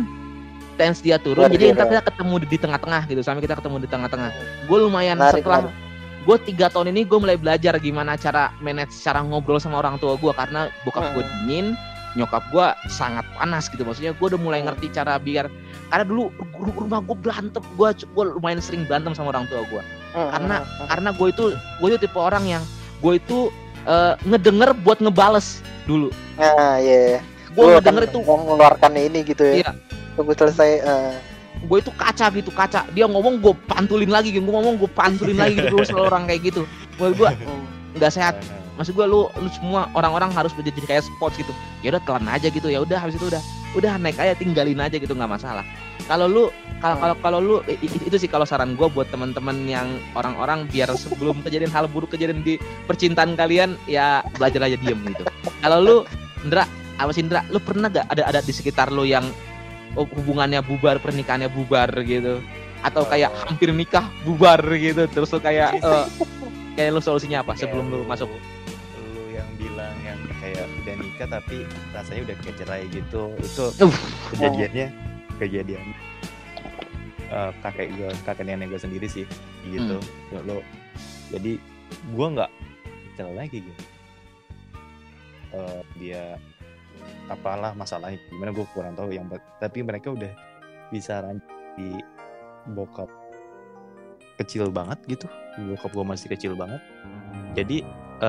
Jadi ntar kita ketemu di tengah-tengah gitu, sampai kita ketemu di tengah-tengah. Gue lumayan setelah gue 3 tahun ini gue mulai belajar gimana cara manage, cara ngobrol sama orang tua gue, karena bokap gue dingin, nyokap gue sangat panas gitu. Maksudnya gue udah mulai ngerti cara biar, karena dulu rumah gue berantem, gue lumayan sering berantem sama orang tua gue. Karena gue itu tipe orang yang gue itu ngedenger buat ngebales dulu. Iya. Gue ngedenger itu mengeluarkan ini gitu ya. Iya. Tunggu selesai. Gue itu kaca. Dia ngomong gue pantulin lagi, gue ngomong gue pantulin lagi gitu. Selalu orang kayak gitu. Gue nggak sehat. Maksud gue lu semua orang-orang harus menjadi kayak sports gitu. Ya udah telan aja gitu. Ya udah habis itu udah naik aja, tinggalin aja gitu, nggak masalah. Kalau lu itu sih kalau saran gue buat teman-teman yang orang-orang, biar sebelum kejadian hal buruk kejadian di percintaan kalian, ya belajar aja diem gitu. Kalau lu Indra, lu pernah gak ada di sekitar lu yang hubungannya bubar, pernikahannya bubar gitu, atau kayak hampir nikah bubar gitu, terus lu kayak lu solusinya apa sebelum lu masuk? Lu yang bilang yang kayak udah nikah tapi rasanya udah kayak cerai gitu, itu kejadian kakek nenek gue sendiri sih gitu. Lo jadi gue nggak cerai lagi gitu, dia apalah masalahnya gimana gue kurang tahu, yang tapi mereka udah bisa di bokap kecil banget gitu, bokap gue masih kecil banget. Jadi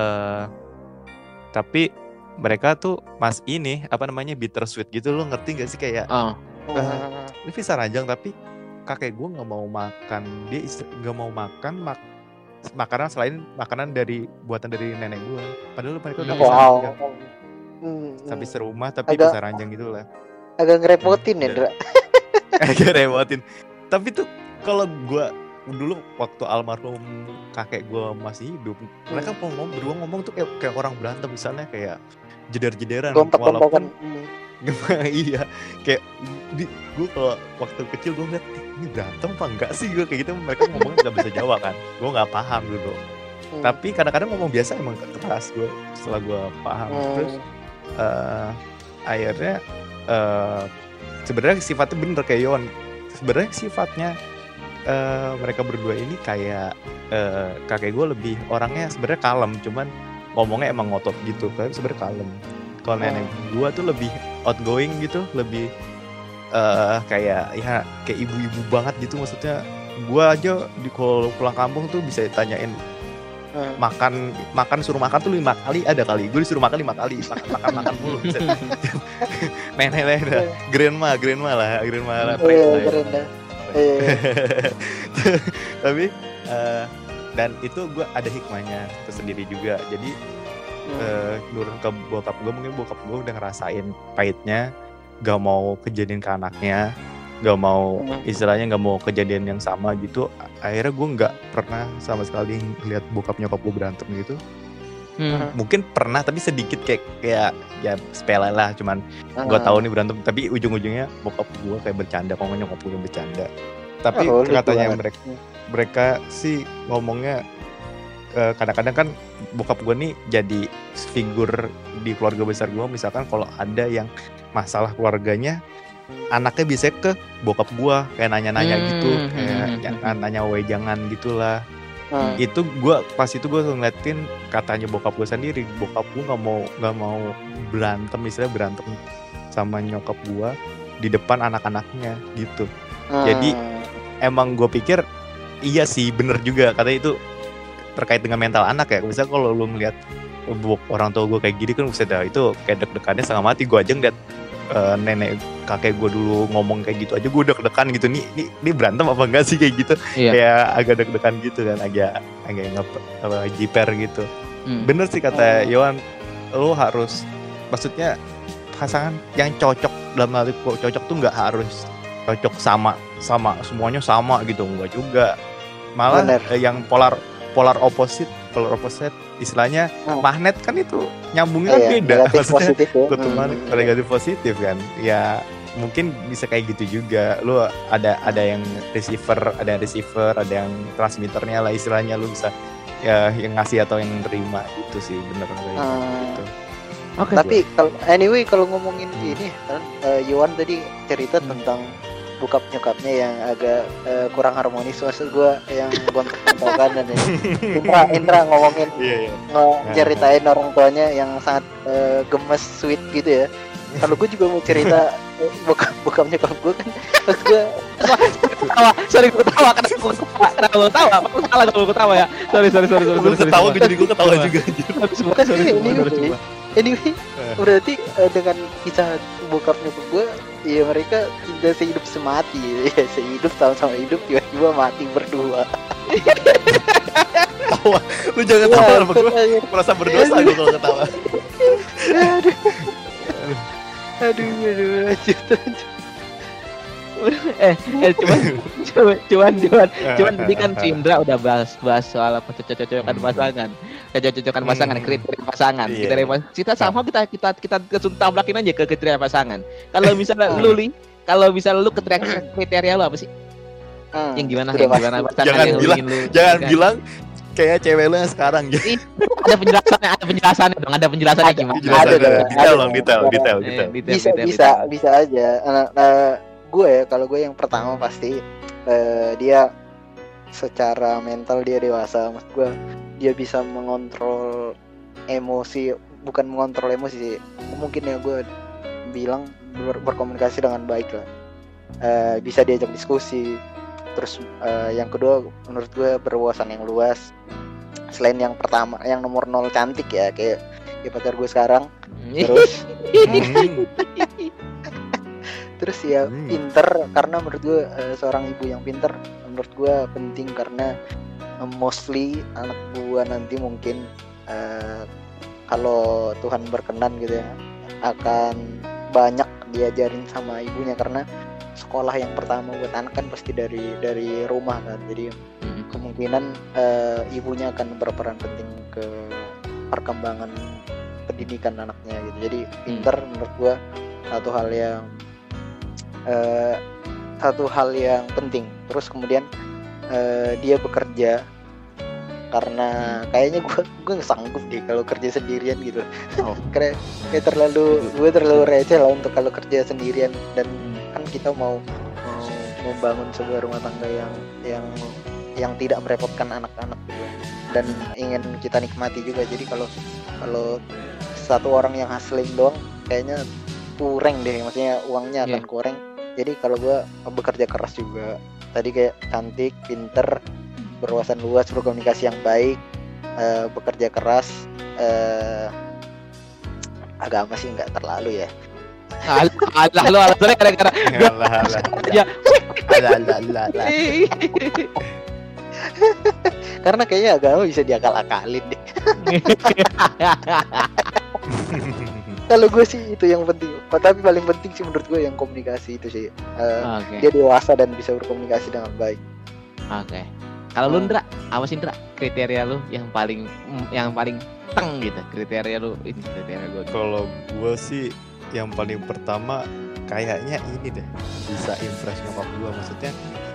tapi mereka tuh ini bittersweet gitu, lo ngerti gak sih, kayak ini bisa ranjang tapi kakek gue nggak mau makan, dia nggak mau makan makanan selain makanan buatan dari nenek gue, padahal mereka udah bisa ranjang. Tapi serumah tapi bisa ranjang gitu lah. Agak ngerepotin ya, Dra. Agak ngerepotin. Tapi tuh kalau gue dulu waktu almarhum kakek gue masih hidup, mereka berdua ngomong tuh kayak orang berantem, misalnya kayak jeder-jederan, walaupun iya, kayak gue kalau waktu kecil gue ngeliat ini berantem apa enggak sih, gue kayak gitu, mereka ngomongnya nggak bisa jawab kan, gue nggak paham dulu. Tapi kadang-kadang ngomong biasa emang keras gue, setelah gue paham. Terus akhirnya sebenarnya sifatnya bener kayak Yon, sebenarnya sifatnya mereka berdua ini kayak kakek gue lebih orangnya sebenarnya kalem, cuman ngomongnya emang ngotot gitu, tapi sebenarnya kalem. Kalau nenek gue tuh lebih outgoing gitu, lebih kayak ibu-ibu banget gitu. Maksudnya gue aja kalau pulang kampung tuh bisa ditanyain makan suruh makan tuh 5 kali ada kali, gue disuruh makan 5 kali, makan mulu. Nenek dah grandma lah tapi dan itu gue ada hikmahnya tersendiri juga. Jadi nurun ke bokap gue, mungkin bokap gue udah ngerasain pahitnya, gak mau kejadian ke anaknya, gak mau istilahnya gak mau kejadian yang sama gitu. Akhirnya gue gak pernah sama sekali lihat bokap nyokap gue berantem gitu. Mungkin pernah tapi sedikit, kayak ya sepele lah, cuman gue tahu nih berantem, tapi ujung-ujungnya bokap gue kayak bercanda, kalau nyokap gue bercanda. Tapi katanya mereka sih ngomongnya kadang-kadang kan bokap gue nih jadi figur di keluarga besar gue. Misalkan kalau ada yang masalah keluarganya, anaknya biasanya ke bokap gua kayak nanya-nanya gitu, kayak jangan nanya jangan gitulah. Itu pas itu gue ngeliatin katanya bokap gue sendiri, bokap gue nggak mau berantem, istilahnya berantem sama nyokap gue di depan anak-anaknya gitu. Jadi emang gue pikir iya sih bener juga, katanya itu terkait dengan mental anak ya. Misalnya kalau lu ngeliat orang tua gue kayak gini kan bisa dah itu kayak deg-degannya setengah mati. Gue aja ngeliat nenek kakek gue dulu ngomong kayak gitu aja gue udah deg-degan gitu, nih berantem apa enggak sih kayak gitu. Kayak agak deg-degan gitu kan, agak jiper gitu. Bener sih kata Yohan, lo harus, maksudnya pasangan yang cocok, dalam hal itu cocok tuh nggak harus cocok sama semuanya sama gitu, enggak juga. Malah yang polar opposite istilahnya magnet kan itu nyambungnya beda, maksudnya ketuman negatif positif kan ya. Mungkin bisa kayak gitu juga, lu ada yang receiver, ada yang transmitternya lah istilahnya, lu bisa ya yang ngasih atau yang terima gitu sih, bener gitu. Okay. Tapi kalau ngomongin ini kan Yohan tadi cerita tentang bokap nyokapnya yang agak kurang harmonis, maksud gue yang gontok-gontokan dan Indra ngomongin ceritain orang tuanya yang sangat gemes, sweet gitu ya. Kalau gue juga mau cerita bokap nyokap gue kan, maksud gue sorry gue ketawa, kenapa gue ketawa? Aku salah kalau gue ketawa ya. Sorry. Gue ketawa, jadi gue ketawa juga. Anyway, berarti dengan kisah bokap nyokap gue, ya mereka tidak sehidup semati, ya sehidup sama-sama hidup, tiba-tiba mati berdua. Tawa, lu jangan tawa sama gue, merasa berdosa gue kalau ketawa. Aduh, lanjut. Cuman tadi kan si Indra udah bahas soal cocok-cocokan pasangan, kriteria pasangan. Kita sama kita tablakin aja ke kriteria pasangan. Kalau misalnya lu kriteria lu apa sih? Yang gimana pasangan jangan bilang kayak cewek lu yang sekarang gitu. Ada penjelasannya gimana? Detail. Bisa aja. Kalau gue yang pertama pasti dia secara mental dia dewasa. Maksud gue dia bisa mengontrol emosi, bukan mengontrol emosi sih. Mungkin ya gue bilang berkomunikasi dengan baik lah. Bisa diajak diskusi. Terus yang kedua menurut gue berwawasan yang luas. Selain yang pertama, yang nomor 0 cantik ya, kayak pacar gue sekarang. Terus ya pinter, karena menurut gue seorang ibu yang pinter menurut gue penting, karena mostly anak gue nanti mungkin kalau Tuhan berkenan gitu ya akan banyak diajarin sama ibunya, karena sekolah yang pertama buat anak kan pasti dari rumah kan. Jadi kemungkinan ibunya akan berperan penting ke perkembangan pendidikan anaknya gitu. Jadi pinter menurut gue satu hal yang penting. Terus kemudian dia bekerja, karena kayaknya gue nggak sanggup deh kalau kerja sendirian gitu. Kayak gue terlalu receh lah untuk kalau kerja sendirian, dan kan kita mau membangun sebuah rumah tangga yang tidak merepotkan anak-anak gitu, dan ingin kita nikmati juga. Jadi kalau satu orang yang hustling doang kayaknya kurang deh, maksudnya uangnya akan kurang. Jadi kalau gue bekerja keras juga, tadi kayak cantik, pinter, berwawasan luas, berkomunikasi yang baik, bekerja keras, agama sih nggak terlalu ya. Alah alasannya gara-gara ya. Karena kayaknya agama bisa diakal-akalin deh. Kalau gue sih itu yang penting. Tapi paling penting sih menurut gue yang komunikasi itu sih. Dia dewasa dan bisa berkomunikasi dengan baik. Oke. Kalau lu Ndra, apa sih Ndra kriteria lu yang paling teng gitu? Kriteria lu ini kriteria gue. Kalau gue sih yang paling pertama kayaknya ini deh, bisa impress nyokap gue, maksudnya.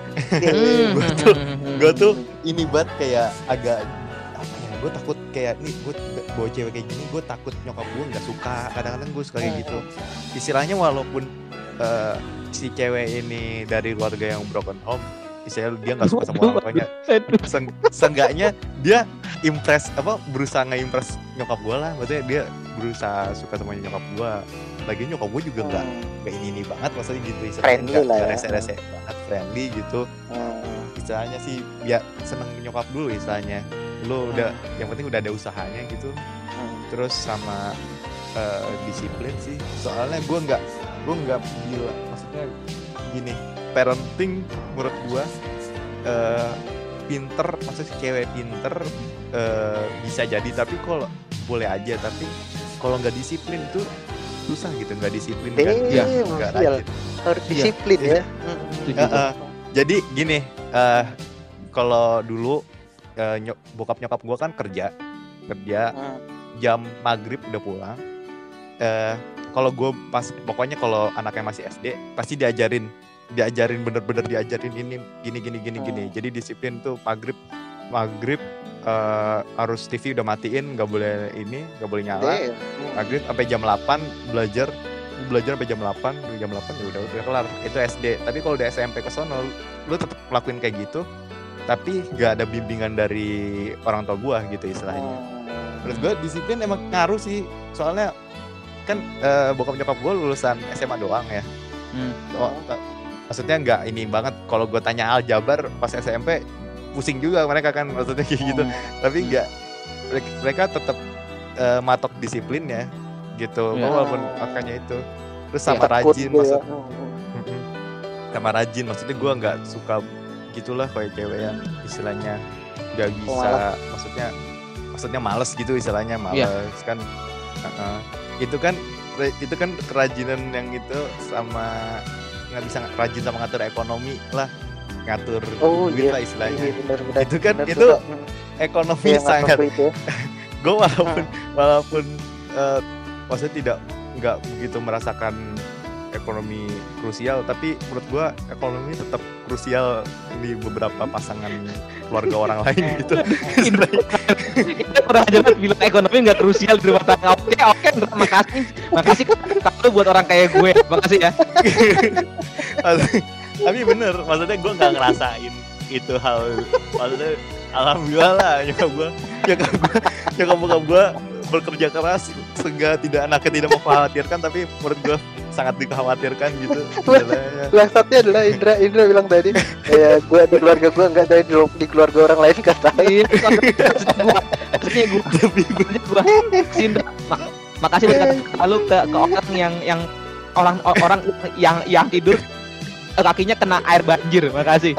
gue tuh ini banget kayak agak apa ya, gue takut kayak nih gue bawa cewek kayak gini, gue takut nyokap gue nggak suka. Kadang-kadang gue suka kayak gitu, istilahnya walaupun si cewek ini dari keluarga yang broken home, misalnya dia nggak suka sama orang tuanya, seenggaknya dia berusaha nge-impress nyokap gue lah, maksudnya dia berusaha suka sama nyokap gue. Lagi nyokap gue juga nggak ini banget, maksudnya gitu, friendly lah ya, rese banget, friendly gitu. Istilahnya sih ya seneng nyokap dulu istilahnya, lu udah yang penting udah ada usahanya gitu. Terus sama disiplin sih, soalnya gue nggak gila, maksudnya gini, parenting menurut gue pinter, maksudnya si cewek pinter bisa jadi, tapi kalau boleh aja, tapi kalau nggak disiplin tuh susah gitu, nggak disiplin kan, nggak rajin, harus disiplin ya. Jadi gini, kalau dulu bokap nyokap gue kan kerja jam maghrib udah pulang. Kalau gue pokoknya kalau anaknya masih SD pasti diajarin bener-bener diajarin ini gini. Jadi disiplin tuh maghrib harus TV udah matiin, nggak boleh nyala. Maghrib sampai jam 8 belajar sampai jam 8 ya udah kelar. Itu SD. Tapi kalau udah SMP ke sono lu tetap ngelakuin kayak gitu, tapi nggak ada bimbingan dari orang tua gue gitu istilahnya. Menurut gue disiplin emang ngaruh sih, soalnya kan bokap nyokap gue lulusan SMA doang ya. Maksudnya nggak ini banget. Kalau gue tanya aljabar pas SMP pusing juga mereka kan, maksudnya kayak gitu. Tapi nggak, mereka tetap matok disiplinnya gitu. Walaupun makanya itu. Terus sama rajin, maksudnya gue nggak suka gitulah kayak cewek yang istilahnya nggak bisa, maksudnya males gitu istilahnya, males kan. Itu kan kerajinan yang itu, sama nggak bisa rajin sama ngatur ekonomi lah, ngatur duit lah istilahnya. Bener, itu kan bener, itu bener. Ekonomi sangat. Gue walaupun maksudnya nggak begitu merasakan ekonomi krusial, tapi menurut gue ekonomi tetap krusial di beberapa pasangan keluarga orang lain gitu. Kita kurang aja bilang ekonomi nggak krusial di rumah tangga. Oke, makasih kalau buat orang kayak gue, makasih ya. Tapi bener, maksudnya gue nggak ngerasain itu hal, maksudnya alhamdulillah lah nyokap gue bekerja keras sehingga anaknya tidak mengkhawatirkan, tapi menurut gue sangat dikhawatirkan gitu. Bangsatnya adalah Indra bilang tadi, ya gue di keluarga gue nggak dari di keluarga orang lain katanya. Maksudnya gue Indra, makasih banget lalu ke orang yang orang yang tidur kakinya kena air banjir, makasih.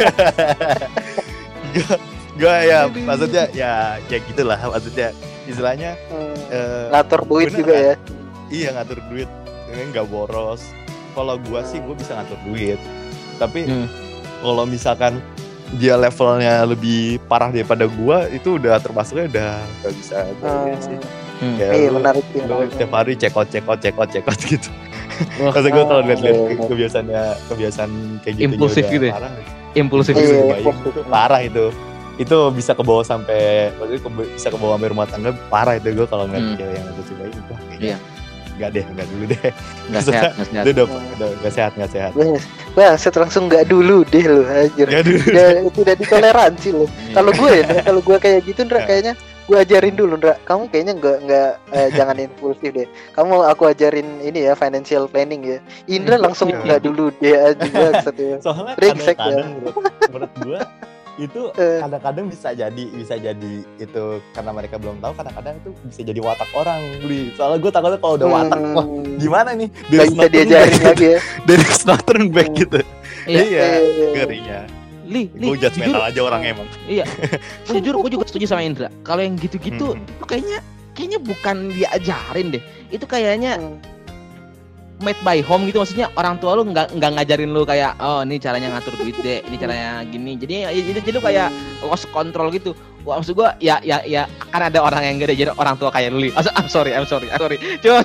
Gue ya maksudnya ya gitulah, maksudnya istilahnya ngatur duit juga kan? ya. Iya, ngatur duit, nggak boros. Kalau gue sih gue bisa ngatur duit, tapi kalau misalkan dia levelnya lebih parah daripada gue, itu udah termasuknya udah nggak bisa sih. Ya, iya, menarik. Tiap hari cekot gitu. Maksud gue kalau lihat kebiasaan kayak gitu impulsif gitu ya? Parah. Impulsif gitu. Parah itu. Itu bisa kebawa sampai, maksudnya bisa kebawa sampai rumah tangga, parah itu gue kalau ngeliat cewek yang ngurusin bayi itu. Iya. Enggak dulu deh. Enggak sehat. Itu udah enggak sehat. Wah, set langsung enggak dulu deh lu, anjir. Tidak ditoleransi lu. Kalau gue kayak gitu, Ndra, kayaknya gue ajarin dulu, Ndra. Kamu kayaknya enggak jangan impulsif deh. Kamu aku ajarin ini ya, financial planning ya. Indra langsung enggak dulu deh aja. Soalnya kadang-kadang menurut gue itu kadang-kadang bisa jadi itu karena mereka belum tahu, kadang-kadang itu bisa jadi watak orang, Bli. Soalnya gue takutnya kalau udah watak, wah gimana nih, nggak bisa diajarin lagi ya, dari not turn back gitu. Iya, ngerinya. Gue judgmental aja orangnya emang. Iya, jujur gue juga setuju sama Indra. Kalau yang gitu-gitu, kayaknya bukan diajarin deh. Itu kayaknya made by home gitu, maksudnya orang tua lu nggak ngajarin lu kayak, oh ini caranya ngatur duit deh, ini caranya gini, jadi lu kayak lost control gitu. Wah, maksud gua ya kan ada orang yang nggak diajarin orang tua kayak lu. I'm sorry cuma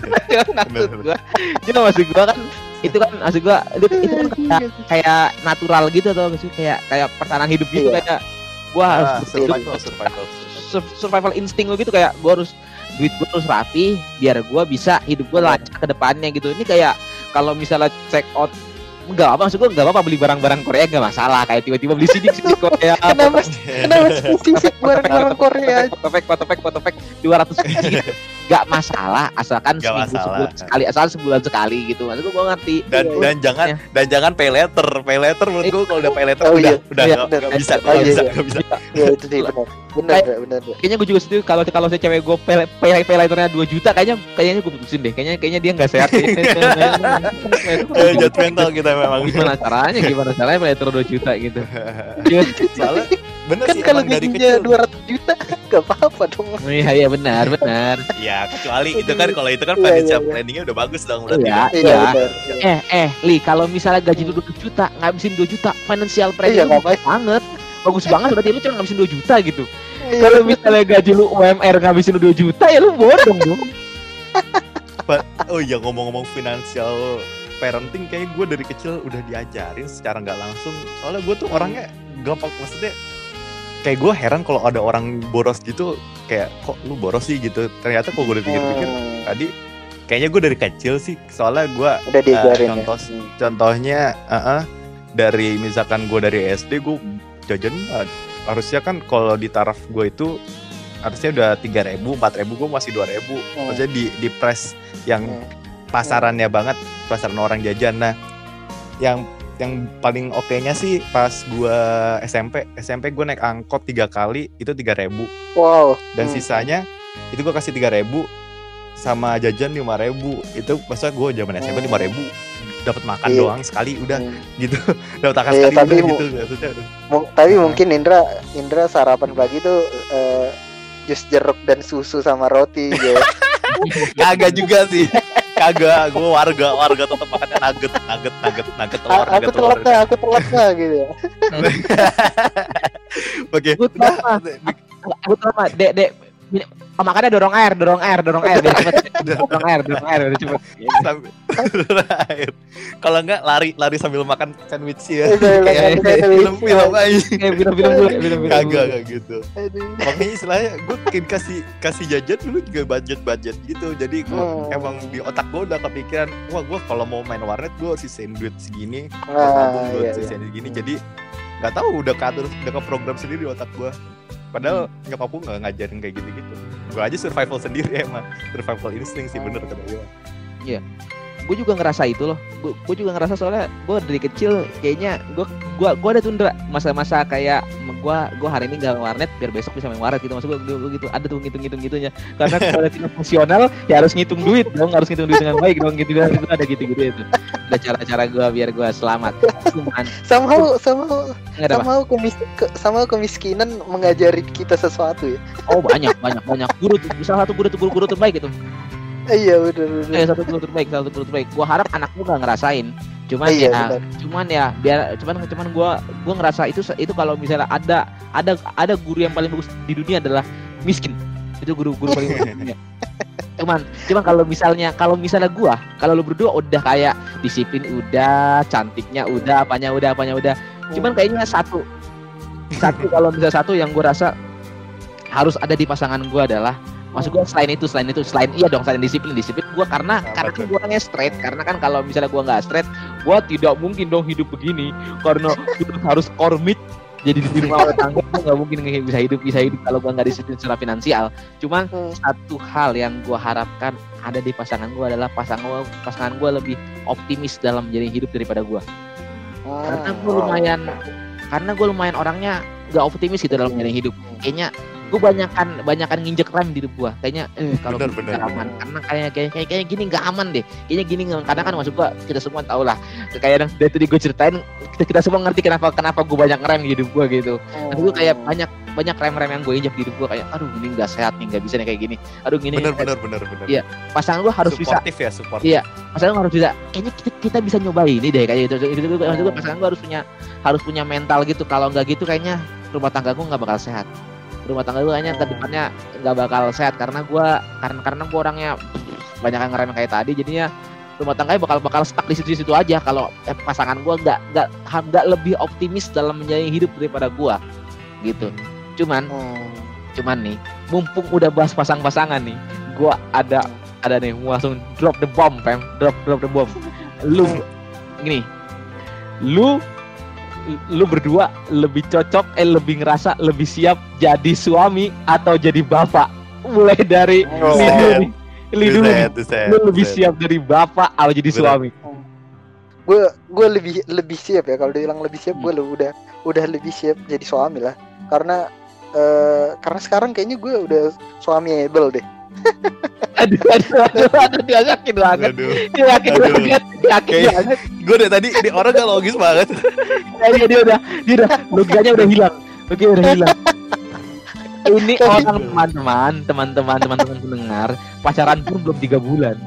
maksud gua kan itu kan maksud gua itu kan kayak natural gitu, atau maksudnya kayak pertahanan hidup gitu, kayak gua harus survival instinct lu gitu, kayak gua harus duit gue terus rapi biar gue bisa hidup gue lancar ke depannya gitu. Ini kayak kalau misalnya check out enggak apa, maksud gue enggak apa-apa beli barang-barang Korea enggak masalah, kayak tiba-tiba beli CD Korea. Kenapa spesifik barang-barang Korea? Foto pack 200 biji gitu. Enggak masalah asalkan sebulan sekali, asal sebulan sekali gitu. Maksud gue ngerti. Dan jangan pay later menurut gue kalau udah pay later udah enggak bisa. Iya itu sih benar. Kayaknya gue juga setuju kalau si cewek gue pay laternya 2 juta kayaknya gue putusin deh. Kayaknya dia enggak sehat. Jatuh mental kita memang. Gimana caranya pay later 2 juta gitu. Soalnya bener kan sih kalau dari gajinya kecil 200 juta enggak apa-apa dong. Iya benar. ya kecuali itu kan kalau itu kan financial planningnya udah bagus dong berarti. Iya. Li, kalau misalnya gaji lu 2 juta ngabisin 2 juta financial planning banget. Bagus banget berarti lu cuma ngabisin 2 juta gitu. Kalau misalnya gaji lu UMR ngabisin 2 juta ya lu bodong dong. Oh iya, ngomong-ngomong financial parenting, kayak gue dari kecil udah diajarin secara nggak langsung. Soalnya gue tuh orangnya gampang, maksudnya kayak gue heran kalau ada orang boros gitu, kayak kok lu boros sih gitu. Ternyata kok gue udah pikir-pikir tadi kayaknya gue dari kecil sih. Soalnya gue contohnya dari misalkan gue dari SD gue jajan harusnya kan kalau di taraf gue itu harusnya udah 3.000, 4.000, gue masih 2.000. Maksudnya di price yang pasarannya banget, pasaran orang jajan. Nah, yang paling oke-nya sih pas gue SMP gue naik angkot 3 kali itu 3.000. Wow. Dan sisanya itu gue kasih 3.000 sama jajan 5.000. Itu maksudnya gue zaman SMP 5.000 dapat makan doang sekali udah gitu. Dapat makan sekali tapi udah gitu maksudnya. Tapi mungkin Indra sarapan pagi tuh jus jeruk dan susu sama roti gitu. Kagak juga sih. Kagak, gue warga tetap makannya nugget telur. Aku telat gitu. Oke. Aku telat, Dek. Makannya dorong air biar cepet. Dorong air biar cepet. Kalau enggak lari sambil makan sandwich ya. Kayak film aja. Kayak film. Kagak gitu. Makanya istilahnya gue kasih jajan dulu juga budget gitu. Jadi gue emang di otak gue udah kepikiran, wah gue kalau mau main warnet gue sisain duit segini, sisain segini. Jadi nggak tahu udah ke program sendiri di otak gue. Padahal nyokap gue nggak ngajarin kayak gitu. Gue aja survival sendiri emang. Survival instinct sih bener kata gue. Iya. Gue juga ngerasa itu loh. Gue juga ngerasa soalnya gue dari kecil kayaknya gue ada tunda masa-masa kayak gue hari ini nggak warnet biar besok bisa main warnet gitu. Maksud gue gitu. Ada tuh ngitung gitunya. Karena kalau tidak fungsional ya harus ngitung duit dong. Harus ngitung duit dengan baik dong gitu. Itu ada gitu itu. Ada cara-cara gue biar gue selamat. Cuman somehow kemiskinan mengajari kita sesuatu ya. Oh banyak. Salah satu guru terbaik itu. Iya benar. Satu guru terbaik. Gua harap anak gua nggak ngerasain. Cuman gua ngerasa itu kalau misalnya ada guru yang paling bagus di dunia adalah miskin. Itu guru paling bagus di dunia. Cuman kalau misalnya gua, kalau lu berdua udah kayak disiplin udah, cantiknya udah, apanya udah. Cuman kayaknya satu kalau misalnya satu yang gua rasa harus ada di pasangan gua adalah, maksud gue selain disiplin gue karena gue orangnya straight. Karena kan kalau misalnya gue nggak straight, gue tidak mungkin dong hidup begini karena hidup harus kormit jadi di rumah tangga. Gue nggak mungkin bisa hidup kalau gue nggak disiplin secara finansial. Cuman satu hal yang gue harapkan ada di pasangan gue adalah pasangan gue lebih optimis dalam menjalani hidup daripada gue. Karena gue lumayan orangnya nggak optimis gitu dalam menjalani hidup. Kayaknya gue banyakan nginjek rem di hidup gue kayaknya kalau nggak aman, karena kayak gini nggak aman deh kayaknya gini. Karena kan maksud gue kita semua tahu lah, kayak yang dari tadi gue ceritain kita semua ngerti kenapa gue banyak ngerem di hidup gue gitu. Maksud gue kayak banyak rem yang gue injek di hidup gue, kayak aduh gini nggak sehat nih, nggak bisa nih kayak gini, aduh gini bener. Iya, pasangan gue harus supportive bisa supportive. Iya, pasangan gue harus bisa, kayaknya kita bisa nyobain ini deh kayak gitu. Maksud gue pasangan gue harus punya mental gitu. Kalau nggak gitu kayaknya rumah tangga gue nggak bakal sehat. Rumah tangga gue kayaknya ke depannya nggak bakal sehat karena gue orangnya banyak yang ngerem kayak tadi, jadinya rumah tangganya bakal stuck di situ aja kalau pasangan gue nggak lebih optimis dalam menjalani hidup daripada gue gitu. Cuman nih mumpung udah bahas pasang-pasangan nih, gue ada nih mau langsung drop the bomb. lu gini, lu berdua lebih cocok, lebih ngerasa lebih siap jadi suami atau jadi bapak? Mulai dari Lidu nih. Lu lebih siap jadi bapak atau jadi suami? Gue lebih siap ya. Kalau dibilang lebih siap, gue udah lebih siap jadi suami lah. Karena sekarang kayaknya gue udah suamiable deh. Aduh, dia yakin banget. Yakin banget. Gue dari tadi ini orang gak logis banget. Dia udah logikanya udah hilang. Ini orang teman-teman pendengar pacaran pun belum 3 bulan.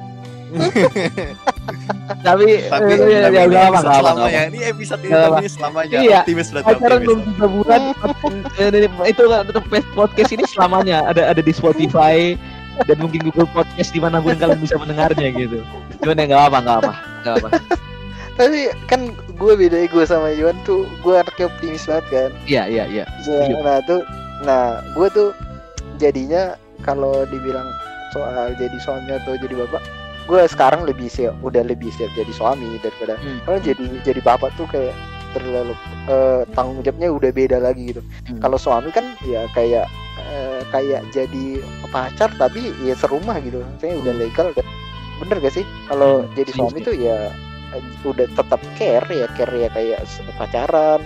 tapi ya enggak apa-apa. Ini episode ini selamanya. Iya, optimis berarti. Pacaran belum 3 bulan. Itu podcast ini selamanya ada di Spotify dan mungkin Google Podcast di mana pun kalian bisa mendengarnya gitu. Cuman ya enggak apa. Tapi kan gue beda gue sama Iwan tuh, gue anaknya optimis banget kan. Iya. Nah, gue tuh jadinya kalau dibilang soal jadi suami atau jadi bapak, gue sekarang udah lebih siap jadi suami daripada kalau jadi bapak tuh kayak terlalu tanggung jawabnya udah beda lagi gitu. Kalau suami kan ya kayak jadi pacar tapi ya serumah gitu. Maksudnya udah legal kan. Bener gak sih? Kalau jadi suami tuh ya udah tetap care ya kayak pacaran,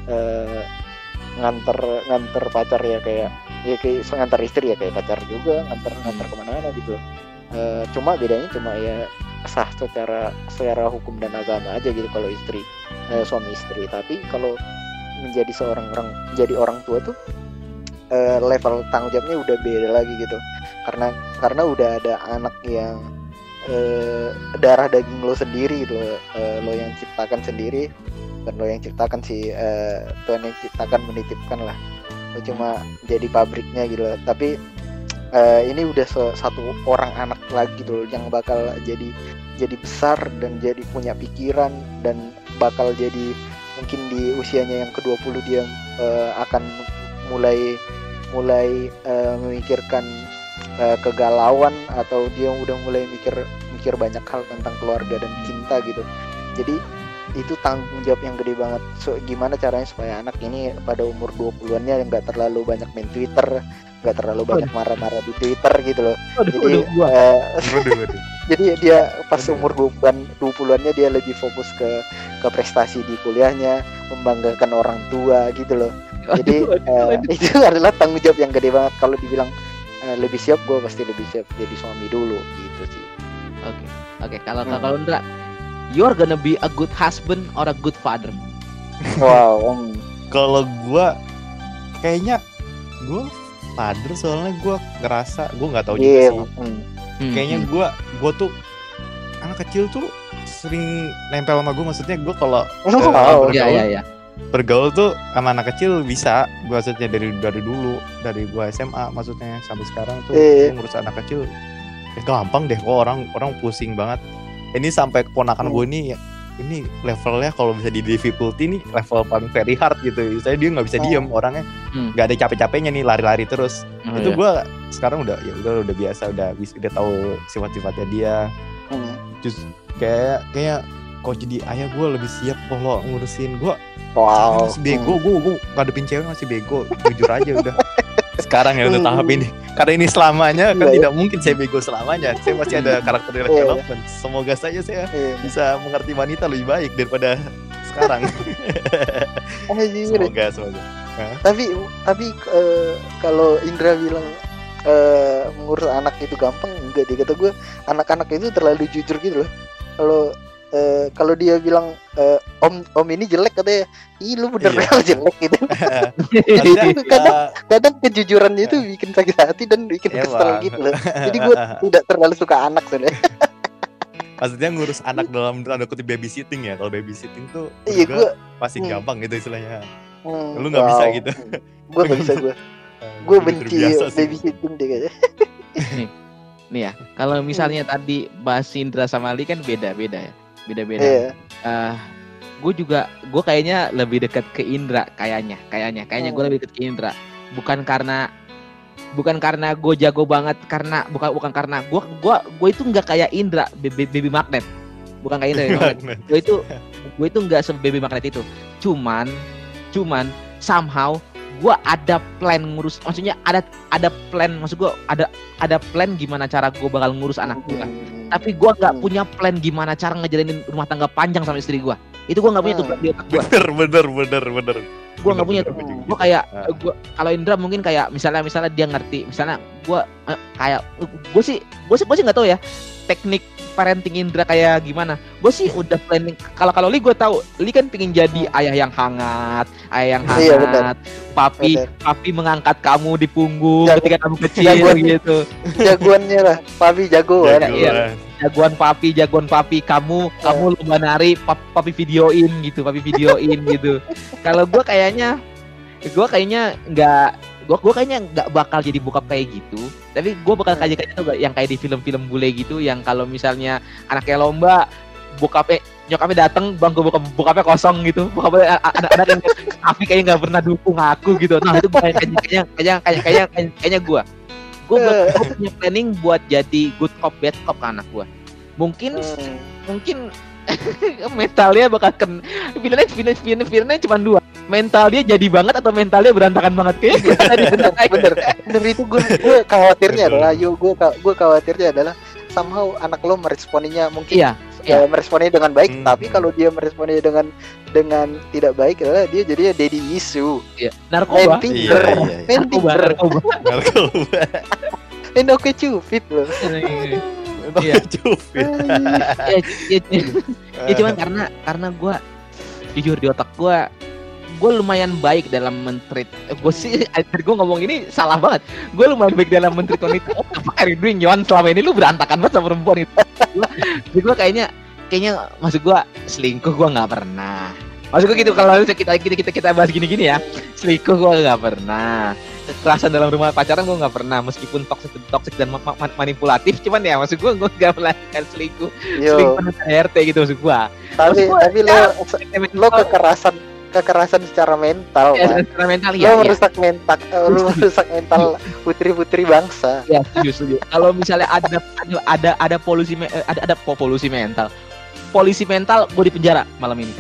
nganter pacar ya kayak nganter istri ya kayak pacar juga, nganter kemana-mana gitu. Cuma bedanya ya sah secara hukum dan agama aja gitu kalau suami istri. Tapi kalau menjadi jadi orang tua tuh level tanggung jawabnya udah beda lagi gitu. Karena udah ada anak yang darah daging lo sendiri gitu, lo yang ciptakan sendiri, dan lo yang ciptakan si Tuhan yang ciptakan menitipkan lah. Lo cuma jadi pabriknya gitu. Tapi ini udah satu orang anak lagi tuh yang bakal jadi besar dan jadi punya pikiran dan bakal jadi mungkin di usianya yang ke-20 dia akan mulai memikirkan kegalauan atau dia udah mulai mikir banyak hal tentang keluarga dan cinta gitu. Jadi itu tanggung jawab yang gede banget. Gimana caranya supaya anak ini pada umur 20-annya nggak terlalu banyak main Twitter, nggak terlalu banyak marah-marah di Twitter gitu loh. Jadi dia pas umur 20-annya dia lebih fokus ke prestasi di kuliahnya, membanggakan orang tua gitu loh. Jadi itu adalah tanggung jawab yang gede banget. Kalau dibilang lebih siap, gue pasti lebih siap jadi suami dulu gitu sih. Oke. Kalau Indra, you're gonna be a good husband or a good father? Wow. Kalau gue kayaknya gue father, soalnya gue ngerasa gue nggak tahu juga sih. Kayaknya gue tuh anak kecil tuh sering nempel sama gue. Maksudnya gue kalau bergaul tuh sama anak kecil bisa. Gue maksudnya dari dulu, dari gue SMA maksudnya sampai sekarang tuh ngurus anak kecil gampang deh. Orang pusing banget. Ini sampai keponakan gue ini levelnya kalau bisa di difficulty nih level paling very hard gitu. Saya dia nggak bisa diem orangnya, nggak ada capek-capeknya nih, lari-lari terus. Itu gue sekarang udah biasa, udah tahu sifat-sifatnya dia. Terus kayak kok jadi ayah gue lebih siap kalau ngurusin gue. Masih bego, gue ngadepin cewek masih bego, jujur aja udah. Sekarang ya udah tahap ini. Karena ini selamanya kan tidak mungkin saya bego selamanya. Saya masih ada karakter development. Semoga saja saya bisa mengerti wanita lebih baik daripada sekarang. Semoga. Tapi kalau Indra bilang mengurus anak itu gampang, enggak deh, kata gue anak-anak itu terlalu jujur gitu loh. Kalau dia bilang om ini jelek, katanya lu bener kalau jelek gitu. kadang kejujurannya itu bikin sakit hati dan bikin kesel gitu loh. Jadi gue tidak terlalu suka anak sebenarnya. Maksudnya ngurus anak dalam tanda kutip babysitting ya. Kalau babysitting tuh gue pasti gampang gitu istilahnya. Lu nggak bisa gitu. Gue nggak bisa gue benci babysitting deh kayaknya. Nih ya, kalau misalnya tadi bahas Indra sama Ali kan beda ya. Beda-beda. Gue kayaknya lebih dekat ke Indra kayaknya gue lebih dekat ke Indra. Bukan karena gue jago banget, bukan karena gue itu nggak kayak Indra baby magnet. bukan kayak gitu. gue itu nggak se-baby magnet itu. Cuman somehow gue ada plan ngurus, maksudnya ada plan, maksud gue ada plan gimana cara gue bakal ngurus anak gue. Tapi gue nggak punya plan gimana cara ngejalanin rumah tangga panjang sama istri gue. Itu gue nggak punya tuh di otak gue. Bener. Gue nggak punya tuh. Gue kayak kalau Indra mungkin kayak misalnya dia ngerti, misalnya gue kayak gue sih nggak tahu ya teknik parenting Indra kayak gimana. Gue sih udah planning. Kalau Li gue tahu, Li kan pingin jadi ayah yang hangat. Iya, Papi mengangkat kamu di punggung ketika kamu kecil gitu. Jagoannya lah, papi jagoan. Iya. Jagoan papi, kamu lomba nari, papi videoin gitu. Kalau gue kayaknya nggak bakal jadi bokap kayak gitu. Tapi gue bakal kayak tuh yang kayak di film-film bule gitu, yang kalau misalnya anaknya lomba, nyokapnya dateng, bangku bokapnya kosong gitu. Bokapnya ada yang tapi kayaknya nggak pernah dukung aku gitu. Nah itu kayaknya gue punya planning buat jadi good cop bad cop ke anak gue. Mungkin mentalnya bakal filmnya cuma 2. Mental dia jadi banget atau mental dia berantakan banget kayaknya. Bener itu gue khawatirnya adalah gue khawatirnya adalah somehow anak lo meresponinya mungkin meresponinya dengan baik, tapi kalau dia meresponinya dengan tidak baik adalah dia jadinya daddy issue. Narkoba. Narkoba. Oke cupid loh. Ya cuman karena gue jujur di otak gue lumayan baik dalam mentreat. Gue ngomong ini salah banget. Gue lumayan baik dalam mentreat wanita. Apa are you doing, Yohan? Selama ini lu berantakan banget sama perempuan itu. Gue kayaknya maksud gue selingkuh gue nggak pernah. Maksud gue gitu, kalau kita bahas gini ya, selingkuh gue nggak pernah. Kekerasan dalam rumah pacaran gue nggak pernah, meskipun toxic dan manipulatif. Cuman ya maksud gue nggak melakukan selingkuh RT gitu maksud gue. Tapi lo kekerasan secara mental, secara mental lo merusak mental putri-putri bangsa. Ya setuju. Kalau misalnya ada polisi mental, gue di penjara malam ini.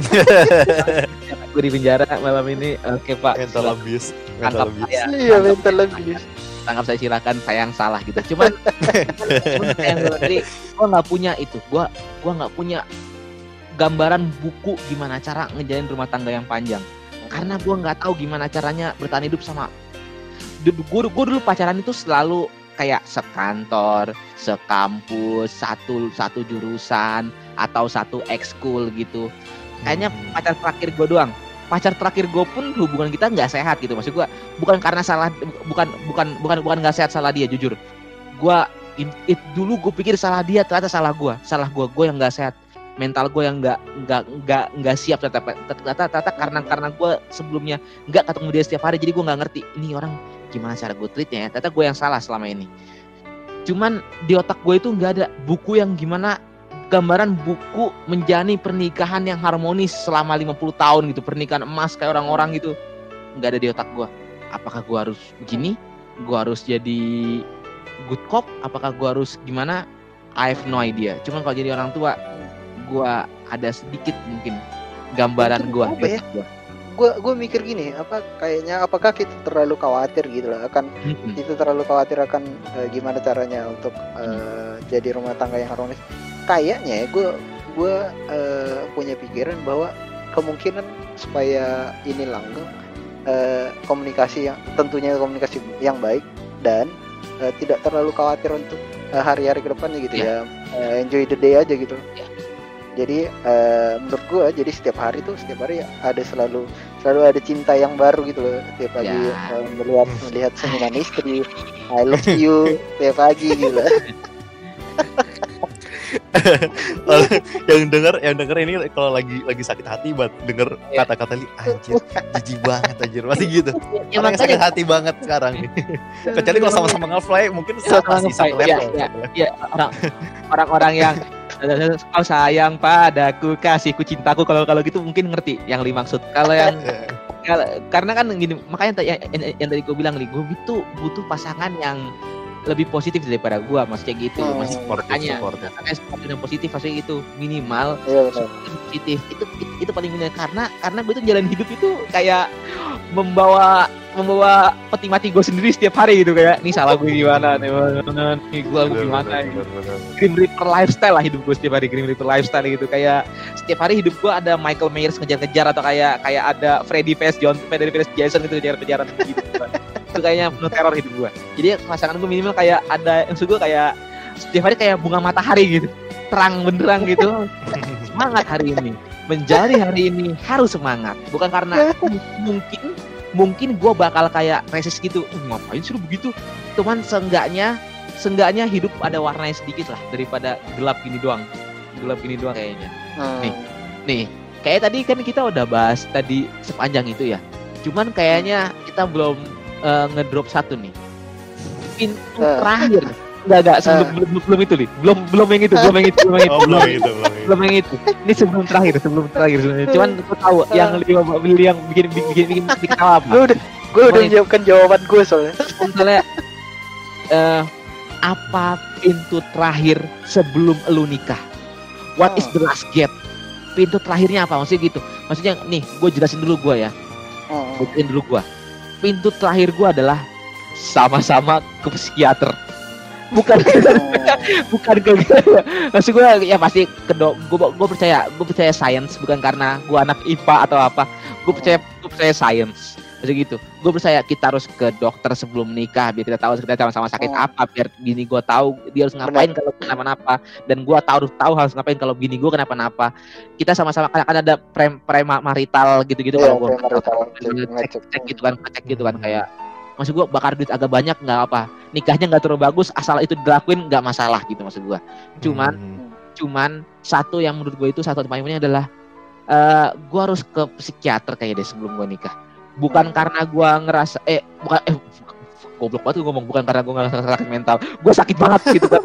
Oke Pak. Mental abuse. Iya, mental abuse. Tangkap saya silakan, saya yang salah gitu. Cuman gue nggak punya itu. Gue nggak punya gambaran buku gimana cara ngejalin rumah tangga yang panjang. Karena gue nggak tahu gimana caranya bertahan hidup sama. Gue dulu pacaran itu selalu kayak sekantor, sekampus, satu jurusan atau satu ekskul gitu. Kayaknya pacar terakhir gue doang. Pacar terakhir gue pun hubungan kita nggak sehat gitu. Maksud gue bukan karena salah, bukan nggak sehat salah dia, jujur. Dulu gue pikir salah dia, ternyata salah gue yang nggak sehat. Mental gue yang nggak siap ternyata karena gue sebelumnya nggak ketemu dia setiap hari, jadi gue nggak ngerti ini orang gimana cara gue treatnya ya. Ternyata gue yang salah selama ini. Cuman di otak gue itu nggak ada buku yang gimana, gambaran buku menjalani pernikahan yang harmonis selama 50 tahun gitu, pernikahan emas kayak orang-orang gitu, nggak ada di otak gue. Apakah gue harus begini? Gue harus jadi good cop? Apakah gue harus gimana? I have no idea. Cuman kalau jadi orang tua, gue ada sedikit mungkin gambaran gue. Gue mikir gini, apakah kita terlalu khawatir gitu lah akan gimana caranya untuk jadi rumah tangga yang harmonis. Kayaknya ya gue punya pikiran bahwa kemungkinan supaya ini langgeng, komunikasi yang baik dan tidak terlalu khawatir untuk hari-hari ke depannya gitu ya. Enjoy the day aja gitu. Jadi menurut gue, jadi setiap hari ada selalu ada cinta yang baru gitu loh. Tiap pagi melihat senyuman istri, I love you tiap pagi gitu. yang denger ini kalau lagi sakit hati banget denger kata-kata anjir jijik banget anjir, masih gitu. Orang yang sakit hati banget sekarang. Kecuali kalau sama-sama nge-fly mungkin masih satu level. Iya, orang-orang yang kau sayang padaku, kasihku, cintaku, kalau gitu mungkin ngerti yang Li maksud. Kalau yang karena kan gini, makanya yang tadi gue bilang, Li, gue butuh pasangan yang lebih positif daripada gue, maksudnya gitu. Masih makanya sesuatu yang positif maksudnya gitu, minimal positif itu paling benar, karena gue tuh jalan hidup itu kayak membawa peti mati gue sendiri setiap hari gitu, kayak nih salah gue gimana nih gue gimana gitu. Grim Reaper lifestyle lah hidup gue setiap hari, Grim Reaper lifestyle gitu, kayak setiap hari hidup gue ada Michael Myers ngejar-ngejar, atau kayak ada Freddy vs Jason gitu kejar-kejaran gitu. Itu kayaknya penuh teror hidup gue. Jadi pasangan gue minimal kayak ada, maksud gue kayak setiap hari kayak bunga matahari gitu, terang benderang gitu. Semangat hari ini, menjalani hari ini harus semangat, bukan karena mungkin gue bakal kayak resist gitu, ngapain sih lu begitu, cuman seenggaknya hidup ada warnanya sedikit lah daripada gelap gini doang kayaknya. Nih kayak tadi kan kita udah bahas tadi sepanjang itu ya, cuman kayaknya kita belum ngedrop satu nih, pintu terakhir. Enggak, belum itu nih. Belum yang itu. Belum yang itu. Ini sebelum terakhir sebenarnya. Cuman aku tahu yang bikin apa. Gue udah menjawabkan jawaban gue soalnya. Misalnya apa pintu terakhir sebelum elu nikah? What is the last gate? Pintu terakhirnya apa? Maksudnya gitu. Maksudnya nih, gue jelasin dulu gue ya. Pintu terakhir gue adalah sama-sama ke psikiater. Bukan ke maksud gue ya pasti gue percaya science, bukan karena gue anak IPA atau apa. Gue percaya science maksud gitu. Gue percaya kita harus ke dokter sebelum menikah biar kita tahu kita sama-sama sakit apa, biar bini gue tahu dia harus ngapain kalau kenapa-napa, dan gue tahu harus ngapain kalau bini gue kenapa-napa. Kita sama-sama kan ada premarital gitu-gitu kalau gue cek gitu kan kayak, maksud gue bakar duit agak banyak nggak apa, nikahnya nggak terlalu bagus asal itu dilakuin nggak masalah gitu maksud gue. Cuman satu yang menurut gue itu satu paling penting adalah gue harus ke psikiater kayak deh sebelum gue nikah. Bukan karena gue ngerasa goblok banget gue ngomong, bukan karena gue ngerasa sakit mental, gue sakit banget gitu kan.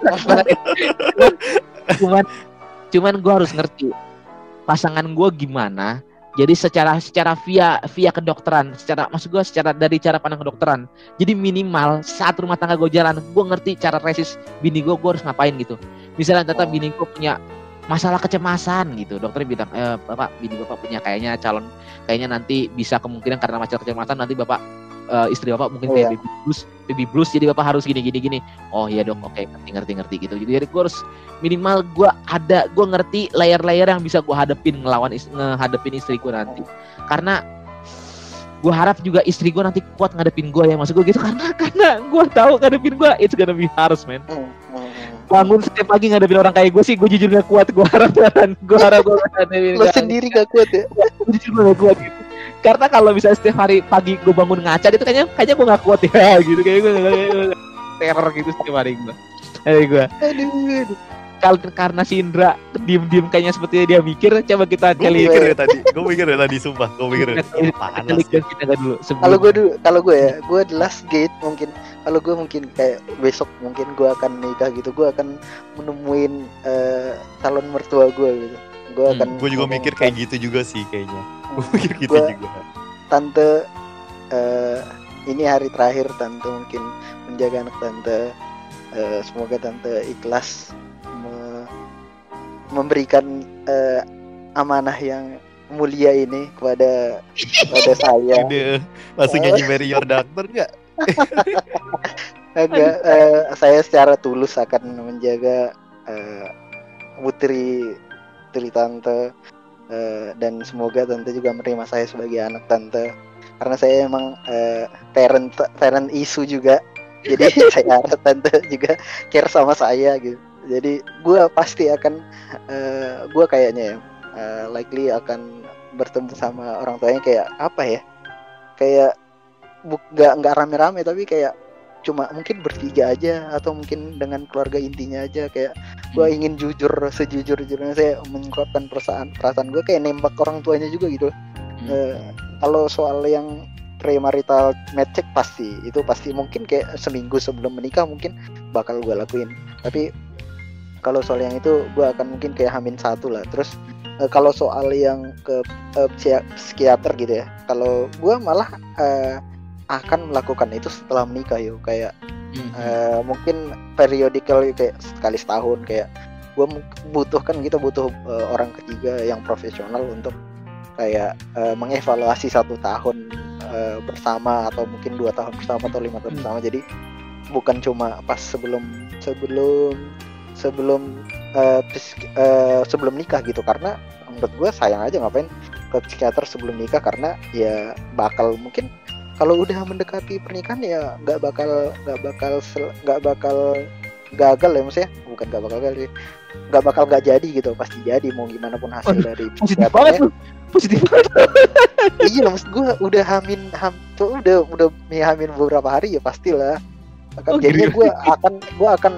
cuman gue harus ngerti pasangan gue gimana. Jadi secara via kedokteran, secara dari cara pandang kedokteran. Jadi minimal saat rumah tangga gue jalan, gue ngerti cara resist bini gue harus ngapain gitu. Misalnya ternyata bini gue punya masalah kecemasan gitu, dokter bilang, bapak bini bapak punya kayaknya nanti bisa kemungkinan karena masalah kecemasan nanti bapak istri bapak mungkin kayak baby blues, jadi bapak harus gini. Oh iya dok, oke, ngerti gitu. Jadi gue harus minimal gue ngerti layer-layer yang bisa gue ngehadepin istri gue nanti. Karena gue harap juga istri gue nanti kuat ngadepin gue ya, maksud gue gitu, karena gue tahu ngadepin gue it's gonna be hard man. Bangun setiap pagi ngadepin orang kayak gue sih, gue jujur gak kuat. Gue harap gue ngadepin lo sendiri gak kuat ya. Jujur gue gak kuat gitu. Karena kalau misalnya setiap hari pagi gue bangun ngaca itu kayaknya gue gak kuat ya gitu, kayak gue teror gitu setiap hari gue. Aduh. Karena si Indra diem kayaknya sepertinya dia mikir, coba kita gue mikir ya tadi sumpah, gue mikir panas kita dulu. Kalau gue ya, gue the last gate mungkin. Kalau gue mungkin kayak besok mungkin gue akan nikah gitu, gue akan menemuin calon mertua gue gitu. Gue juga mikir kayak gitu juga sih kayaknya. Gue mikir gitu juga. Tante, ini hari terakhir tante mungkin menjaga anak tante. Semoga tante ikhlas memberikan amanah yang mulia ini kepada saya. Langsung nyanyi Mary Your Doctor nggak? Enggak, saya secara tulus akan menjaga putri tante, dan semoga tante juga menerima saya sebagai anak tante, karena saya emang parent issue juga. Jadi saya harap tante juga care sama saya gitu. Jadi gue pasti akan gue kayaknya ya likely akan bertemu sama orang tuanya kayak apa ya, kayak nggak rame-rame tapi kayak cuma mungkin bertiga aja, atau mungkin dengan keluarga intinya aja. Kayak gue ingin jujur sejujur-jujurnya saya mengungkapkan perasaan gue, kayak nembak orang tuanya juga gitu. Kalau soal yang premarital match pasti mungkin kayak seminggu sebelum menikah mungkin bakal gue lakuin. Tapi kalau soal yang itu gue akan mungkin kayak H-1 lah. Terus kalau soal yang ke psikiater gitu ya, kalau gue malah akan melakukan itu setelah menikah yo. Kayak Mungkin periodical kayak sekali setahun, kayak gue kita butuh orang ketiga yang profesional untuk kayak mengevaluasi 1 tahun bersama, atau mungkin 2 tahun bersama atau 5 tahun bersama. Jadi bukan cuma pas sebelum nikah gitu, karena menurut gue sayang aja ngapain ke psikiater sebelum nikah, karena ya bakal mungkin kalau udah mendekati pernikahan ya nggak bakal gagal ya, maksudnya bukan nggak bakal gagal sih, nggak bakal nggak jadi gitu, pasti jadi mau gimana pun hasil dari positif banget lu, positif banget. Iya, maksud gue udah hamin beberapa hari ya pastilah. Jadinya gue akan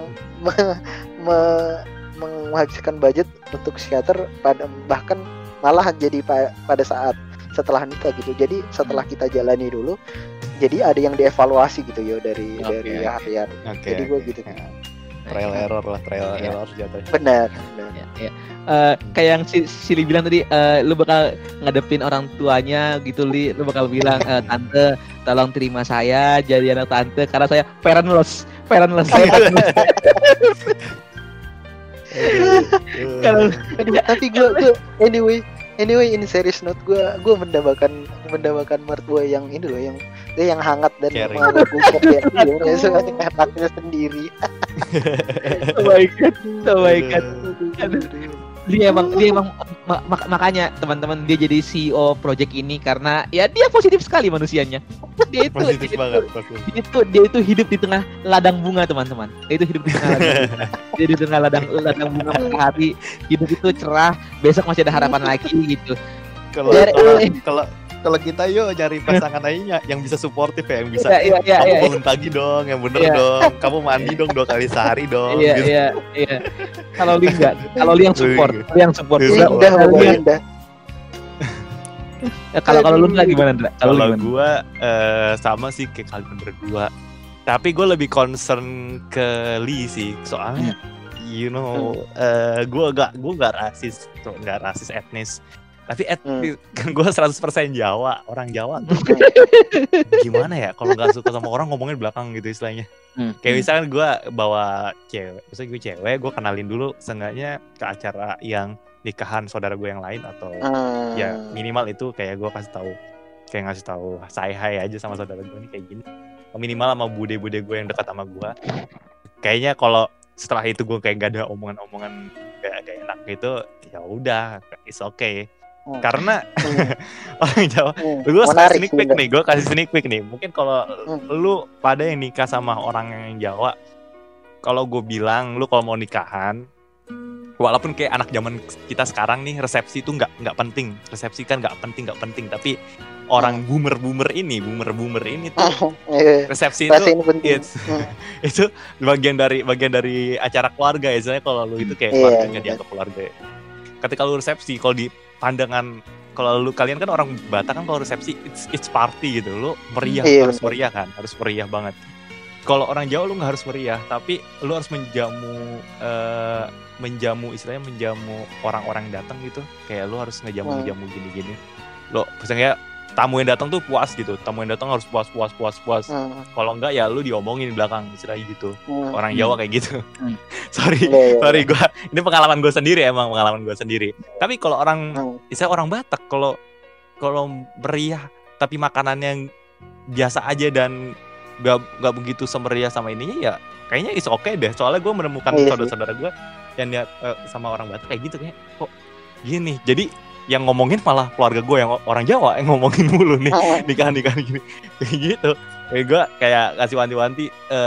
menghabiskan budget untuk psikiater bahkan malah jadi pada saat setelah nikah gitu. Jadi setelah kita jalani dulu, jadi ada yang dievaluasi gitu ya dari hari-hari. Jadi gue gitu. Trial error jatuhnya. Benar. Ya. Kayak yang Sili bilang tadi, lu bakal ngadepin orang tuanya gitu, Li. Lu bakal bilang, tante tolong terima saya jadi anak tante karena saya parentless. Tapi gue anyway in serious note, gue mendambakan mertua yang ini loh, yang hangat dan menganggap gue anaknya sendiri. Oh my god. Dia emang makanya teman-teman dia jadi CEO project ini karena ya dia positif sekali manusianya. Dia itu hidup di tengah ladang bunga, teman-teman. Dia itu hidup di tengah ladang bunga. Dia di tengah ladang bunga matahari. Hidup itu cerah, besok masih ada harapan lagi gitu. Kalau kita yuk cari pasangan aja yang bisa suportif ya, yang bisa kamu bangun pagi dong, yang bener dong, kamu mandi dong 2 kali sehari dong. Iya. Kalau Li enggak, kalau Li yang support, udah. Kalau lu lagi gimana, Ndra? Kalau gua sama sih kayak kalian berdua. Tapi gue lebih concern ke Li sih, soalnya gue nggak rasis etnis. Tapi kan gue 100% Jawa, orang Jawa tuh gimana ya kalau nggak suka sama orang ngomongin belakang gitu istilahnya. Kayak misalkan gue bawa cewek, misalnya gue cewek, gue kenalin dulu seenggaknya ke acara yang nikahan saudara gue yang lain, atau ya minimal itu kayak gue ngasih tahu say-hi aja sama saudara gue nih kayak gini. Minimal sama bude-bude gue yang dekat sama gue. Kayaknya kalau setelah itu gue kayak gak ada omongan-omongan gak enak gitu, ya udah, it's okay. Karena orang Jawa, gue kasih sneak peek nih. Mungkin kalau lu pada yang nikah sama orang yang Jawa, kalau gue bilang lu kalau mau nikahan, walaupun kayak anak zaman kita sekarang nih, resepsi itu nggak penting, resepsi kan nggak penting, tapi orang boomer ini tuh resepsi itu bagian dari acara keluarga ya. Soalnya kalau lu itu kayak keluarganya dianggap keluarga. Ketika lu resepsi, kalau di pandangan, kalau kalian kan orang Batak kan, kalau resepsi it's party gitu, lu meriah, harus meriah kan, harus meriah banget. Kalau orang Jawa lu nggak harus meriah, tapi lu harus menjamu istilahnya menjamu orang-orang yang datang gitu, kayak lu harus ngejamu gini-gini. Lo misalnya tamu yang datang tuh puas gitu, tamu yang datang harus puas. Kalau enggak ya lu diomongin di belakang istilahnya gitu. Orang Jawa kayak gitu. Sorry gue ini pengalaman gue sendiri. Tapi kalau orang Batak, kalau meriah tapi makanannya biasa aja dan gak begitu semeriah sama ininya, ya kayaknya is okay deh. Soalnya gue menemukan saudara-saudara gue yang lihat sama orang Batak kayak gitu, kayak kok gini. Jadi yang ngomongin malah keluarga gue yang orang Jawa yang ngomongin mulu nih nikahan gini kayak gitu. Kayak gue kayak kasih wanti-wanti,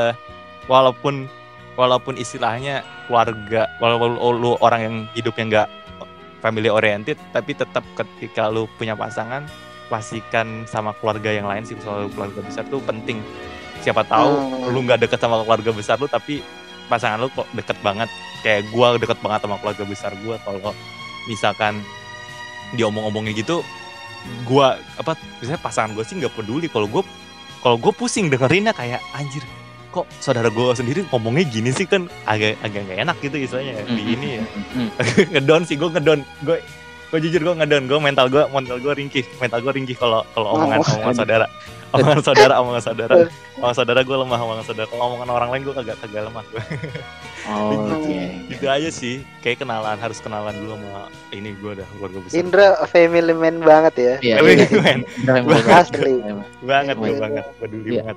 walaupun istilahnya keluarga, walaupun lu orang yang hidupnya nggak family oriented, tapi tetap ketika lu punya pasangan, pastikan sama keluarga yang lain sih. Soal keluarga besar tuh penting. Siapa tahu lu nggak deket sama keluarga besar lu, tapi pasangan lu kok deket banget. Kayak gue deket banget sama keluarga besar gue. Kalau misalkan diomong-omongin gitu, gue misalnya pasangan gue sih nggak peduli. Kalau gue pusing dengerinnya, kayak anjir, kok saudara gue sendiri ngomongnya gini sih, kan agak nggak enak gitu istilahnya di ini ya. Ngedon sih, gue jujur gue ngedon, mental gue ringkih kalau omongan saudara. Omongan saudara gue lemah. Omongan saudara, kalau omongan orang lain gue kagak lemah gue. Gitu aja sih, kayak harus kenalan dulu sama ini gue dah keluarga besar. Indra family man banget ya. Family man. Asli. Banget, peduli banget.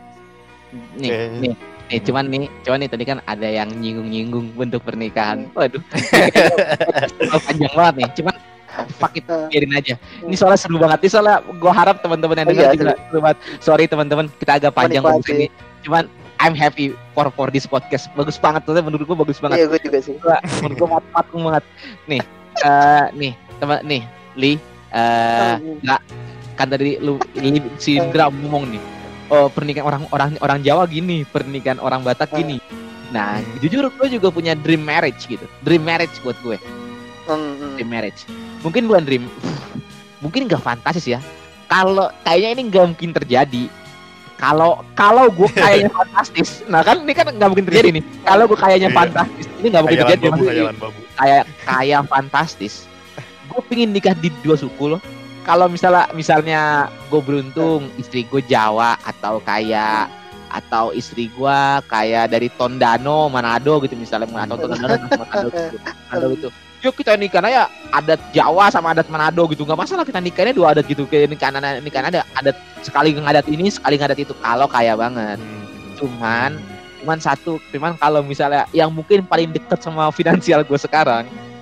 Nih, cuman nih tadi kan ada yang nyinggung bentuk pernikahan. Waduh. Panjang banget nih. Cuman fuck it, biarin aja. Ini soalnya seru banget. Ini soalnya gue harap teman-teman yang dengar juga seru banget. Sorry teman-teman, kita agak panjang bagus ini. Cuman I'm happy for this podcast. Bagus banget, menurut gue bagus banget. Iya, gue juga sih. Menurut gue matang banget. Nih, teman nih, Li, nggak kan tadi si Indra ngomong nih. Oh, pernikahan orang Jawa gini, pernikahan orang Batak gini. Nah, jujur gue juga punya dream marriage gitu. Dream marriage buat gue. Dream marriage. Mungkin bukan dream. Mungkin enggak fantastis ya. Kalau kayaknya ini enggak mungkin terjadi. Kalau gue kayaknya fantastis. Nah, kan ini kan enggak mungkin terjadi nih. Kalau gue kayaknya fantastis, ini enggak mungkin terjadi. Kayak fantastis. Gue pingin nikah di 2 suku loh. Kalau misalnya gue beruntung istri gue Jawa atau istri gue kayak dari Tondano, Manado gitu misalnya, atau Manado gitu. Yuk kita nikah ya adat Jawa sama adat Manado gitu, nggak masalah kita nikahnya 2 adat gitu, kayak nikahan ada adat sekali ngadat ini sekali ngadat itu kalau kaya banget. Cuman kalau misalnya yang mungkin paling deket sama finansial gue sekarang,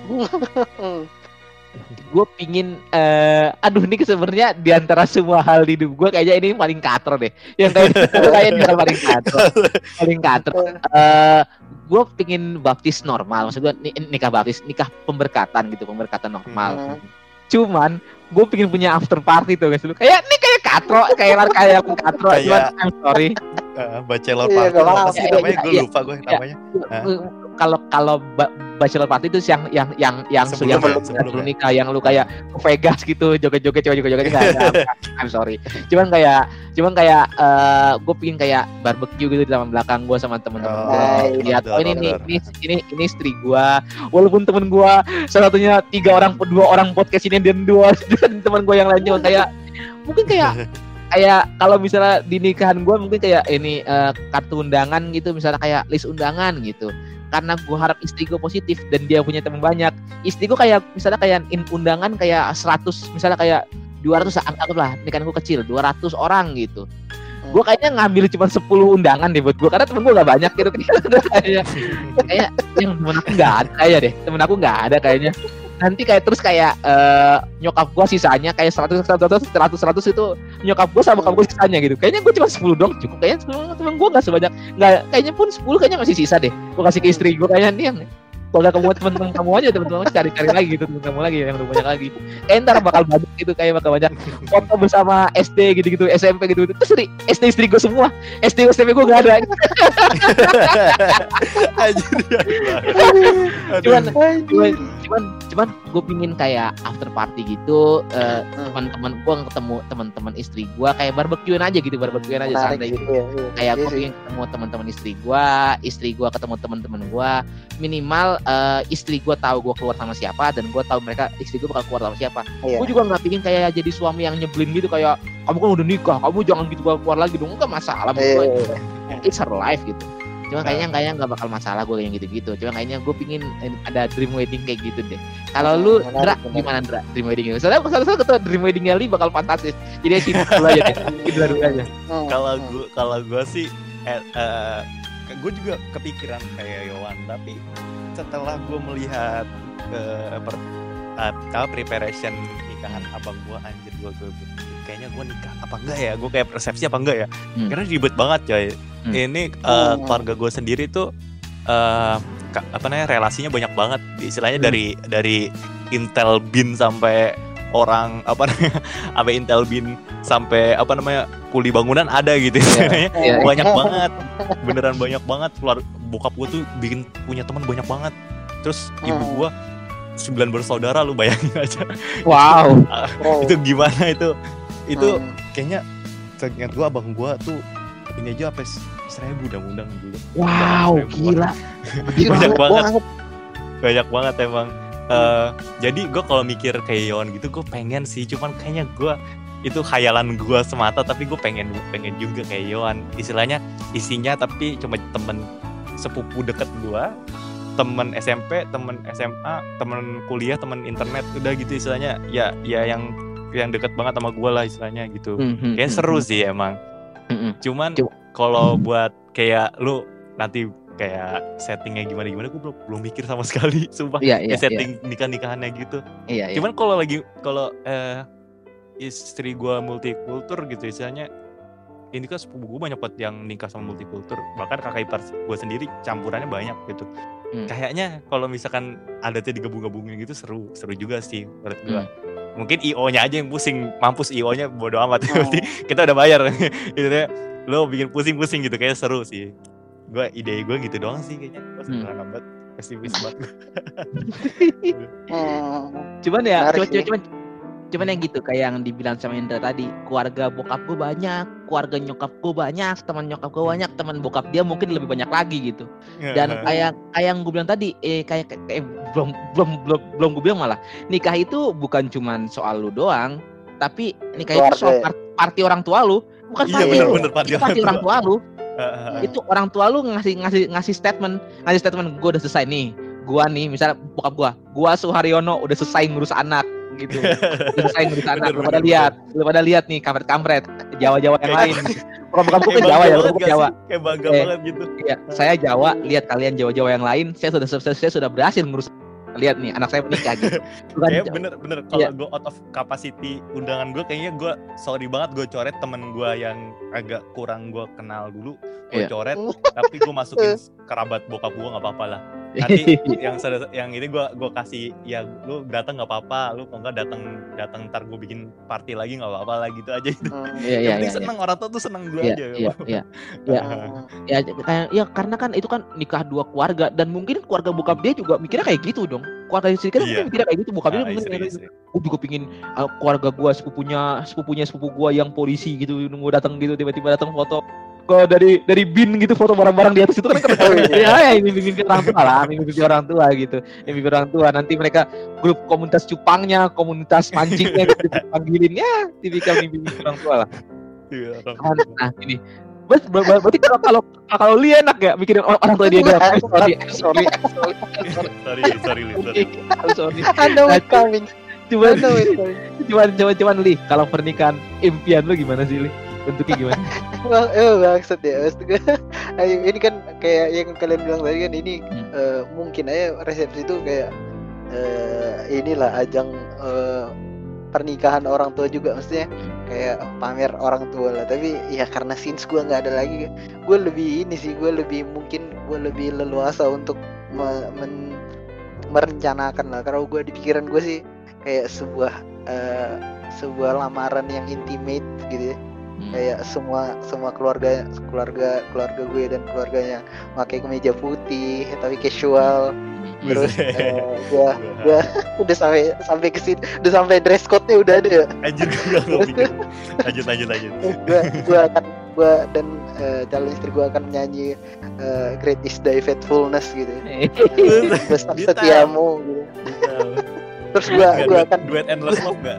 gue pingin ini sebenarnya di antara semua hal di hidup gue kayaknya ini paling katro deh. Yang kayaknya paling katro. Gue pingin baptis normal, maksud gue nikah baptis, nikah pemberkatan gitu, pemberkatan normal. Cuman gue pingin punya after party tuh guys, kayak katro, kayak katro. Cuman I'm sorry. Bachelor party apa sih namanya? Gue lupa gue namanya. Kalau bachelor party itu yang sebelum nikah, yang lu kayak ke Vegas gitu, joget-joget enggak. I'm sorry. Cuman kayak gue pingin kayak barbecue gitu di taman belakang gue sama teman-teman gue. Lihat ini istri gue. Walaupun teman gue salah satunya 2 orang podcast ini dan 2 teman gue yang lain juga kayak mungkin kayak kalau misalnya di nikahan gue mungkin kayak ini kartu undangan gitu, misalnya kayak list undangan gitu. Karena gue harap istri gue positif dan dia punya teman banyak. Istri gue kayak misalnya kayak undangan kayak 100, misalnya kayak 200, anggaplah nikahan gue kecil 200 orang gitu. Gue kayaknya ngambil cuma 10 undangan deh buat gue, karena temen gue gak banyak gitu. Kayak yang temen aku gak ada kayak deh. Temen aku gak ada kayaknya. Nanti kayak terus kayak nyokap gue sisanya kayak 100 itu nyokap gue sama bokap gue sisanya gitu. Kayaknya gue cuma 10 dong cukup. Kayaknya temen gue gak sebanyak, kayaknya pun 10 kayaknya masih sisa deh. Gue kasih ke istri gue kayaknya nih yang kalau kamu teman-teman kamu aja, teman-teman cari lagi gitu, teman kamu lagi yang lebih banyak lagi. Kayak ntar bakal banyak gitu, kayak bakal banyak foto bersama SD gitu, SMP gitu. Terus SD istri gue semua, SD SMP gue gak ada. Cuman gue pingin kayak after party gitu, teman-teman gue ketemu teman-teman istri gue kayak barbekyuan aja santai gitu. Kayak gue pingin ketemu teman-teman istri gue ketemu teman-teman gue, minimal istri gue tahu gue keluar sama siapa dan gue tahu mereka istri gue bakal keluar sama siapa. Gue juga nggak pingin kayak jadi suami yang nyebelin gitu, kayak kamu kan udah nikah, kamu jangan gitu keluar lagi dong. Nggak masalah, it's her life gitu. Cuma kayaknya nggak bakal masalah gue yang gitu-gitu. Cuma kayaknya gue pingin ada dream wedding kayak gitu deh. Kalau lu Dra, gimana Dra dream wedding itu? Soalnya ketua dream weddingnya Li bakal fantastis. Jadi dulu aja deh, dulu aja. Kalau gue sih gue juga kepikiran kayak Yowan, tapi setelah gue melihat preparation nikahan abang gue, anjir gue kayaknya gue nikah apa enggak ya, gue kayak persepsi apa enggak ya, karena ribet banget coy. Ini keluarga gue sendiri tuh relasinya banyak banget, istilahnya dari Intel bin sampai orang sampai Intel bin sampai kuli bangunan ada gitu. Banyak banget, beneran banyak banget. Bokap gue tuh punya teman banyak banget. Terus ibu gue 9 bersaudara, lu bayangin aja. Wow. Itu gimana itu kayaknya seingat gue abang gue tuh ini aja apa 1.000 undang-undang dulu. Wow, gila. Banyak banget emang. Jadi gue kalau mikir kayak Yowan gitu, gue pengen sih, cuman kayaknya gue itu khayalan gue semata, tapi gue pengen juga kayak Yohan, istilahnya isinya tapi cuma temen sepupu deket gue, temen SMP, temen SMA, temen kuliah, temen internet, udah gitu istilahnya ya yang deket banget sama gue lah istilahnya gitu. Kayak seru sih emang. Cuman kalau buat kayak lu nanti kayak settingnya gimana gue belum mikir sama sekali, sumpah. Setting nikah-nikahannya gitu. Cuman kalau istri gue multikultur gitu istilahnya, ini kan sepupu gue banyak banget yang nikah sama multikultur, bahkan kakak ipar gue sendiri campurannya banyak gitu. Kayaknya kalau misalkan adatnya digabung-gabungin gitu seru juga sih menurut gue. Mungkin IO-nya aja yang pusing, mampus IO-nya bodo amat. Kita udah bayar gitu ya, lo bikin pusing-pusing gitu, kayak seru sih. Ide gue gitu doang sih kayaknya. Gue sederhana banget, pesimis banget. Cuman yang gitu kayak yang dibilang sama Indra tadi, keluarga bokap gue banyak, keluarga nyokap gue banyak, teman nyokap gue banyak, teman bokap dia mungkin lebih banyak lagi gitu. Dan kayak yang gue bilang tadi, belum gue bilang malah, nikah itu bukan cuman soal lu doang, tapi nikah itu soal party orang tua lu, bukan party orang tua lu. Itu orang tua lu ngasih statement, gue udah selesai nih. Gua nih misalnya bokap gua Suharyono udah selesai ngurus anak gitu. Udah selesai ngurus anak. Lu pada lihat nih kampret Jawa-Jawa yang lain. Bokap gua kan Jawa ya, bokap Jawa. Kayak bangga banget gitu. Iya, saya Jawa, lihat kalian Jawa-Jawa yang lain, saya sudah berhasil ngurus. Lihat nih anak saya menikah gitu. Kayak bener kalau gue out of capacity undangan gue, kayaknya gue sorry banget, gue coret temen gue yang agak kurang gue kenal dulu, gue coret, tapi gue masukin kerabat bokap gue, nggak apa-apa lah. Nanti yang ini gue kasih, ya lu datang nggak apa-apa, lu kok nggak datang ntar gue bikin party lagi nggak apa-apa lah gitu aja. Yang penting seneng, orang tua tuh seneng gue aja. Ya karena kan itu kan nikah dua keluarga, dan mungkin keluarga bokap dia juga mikirnya kayak gitu dong. Keluarga istri kan mungkin mikirnya kayak gitu, bokap dia mungkin kayak gitu. Gue juga pingin keluarga gue, sepupunya sepupu gue yang polisi gitu, nunggu datang gitu, tiba-tiba datang foto. Kalau dari bin gitu, foto barang-barang di atas itu kan keren. Ini mimpi orang tua lah, mimpi orang tua gitu. Mimpi orang tua, nanti mereka grup komunitas cupangnya, komunitas mancingnya dipanggilin, ya tipikal mimpi orang tua lah. Nah ini berarti kalau Li enak ya mikirin orang tua dia. Sorry. Cuman Li, kalau pernikahan impian lu gimana sih Li? Bentuknya gimana? Maksud ya, ini kan kayak yang kalian bilang tadi kan, ini mungkin aja resepsi itu kayak inilah ajang pernikahan orang tua juga, maksudnya kayak pamer orang tua lah. Tapi ya karena since gue nggak ada lagi, gue lebih lebih leluasa untuk merencanakan lah. Karena gue di pikiran gue sih kayak sebuah lamaran yang intimate gitu ya. Kayak semua keluarga gue dan keluarganya pakai kemeja putih tapi casual. Terus gue udah sampai ke sini, udah sampai dress code-nya udah ada. Anjir, lanjut. Gue dan calon istri gue akan nyanyi Great is Thy Faithfulness gitu. Besar setiamu gitu. Terus gue akan duet Endless Love enggak?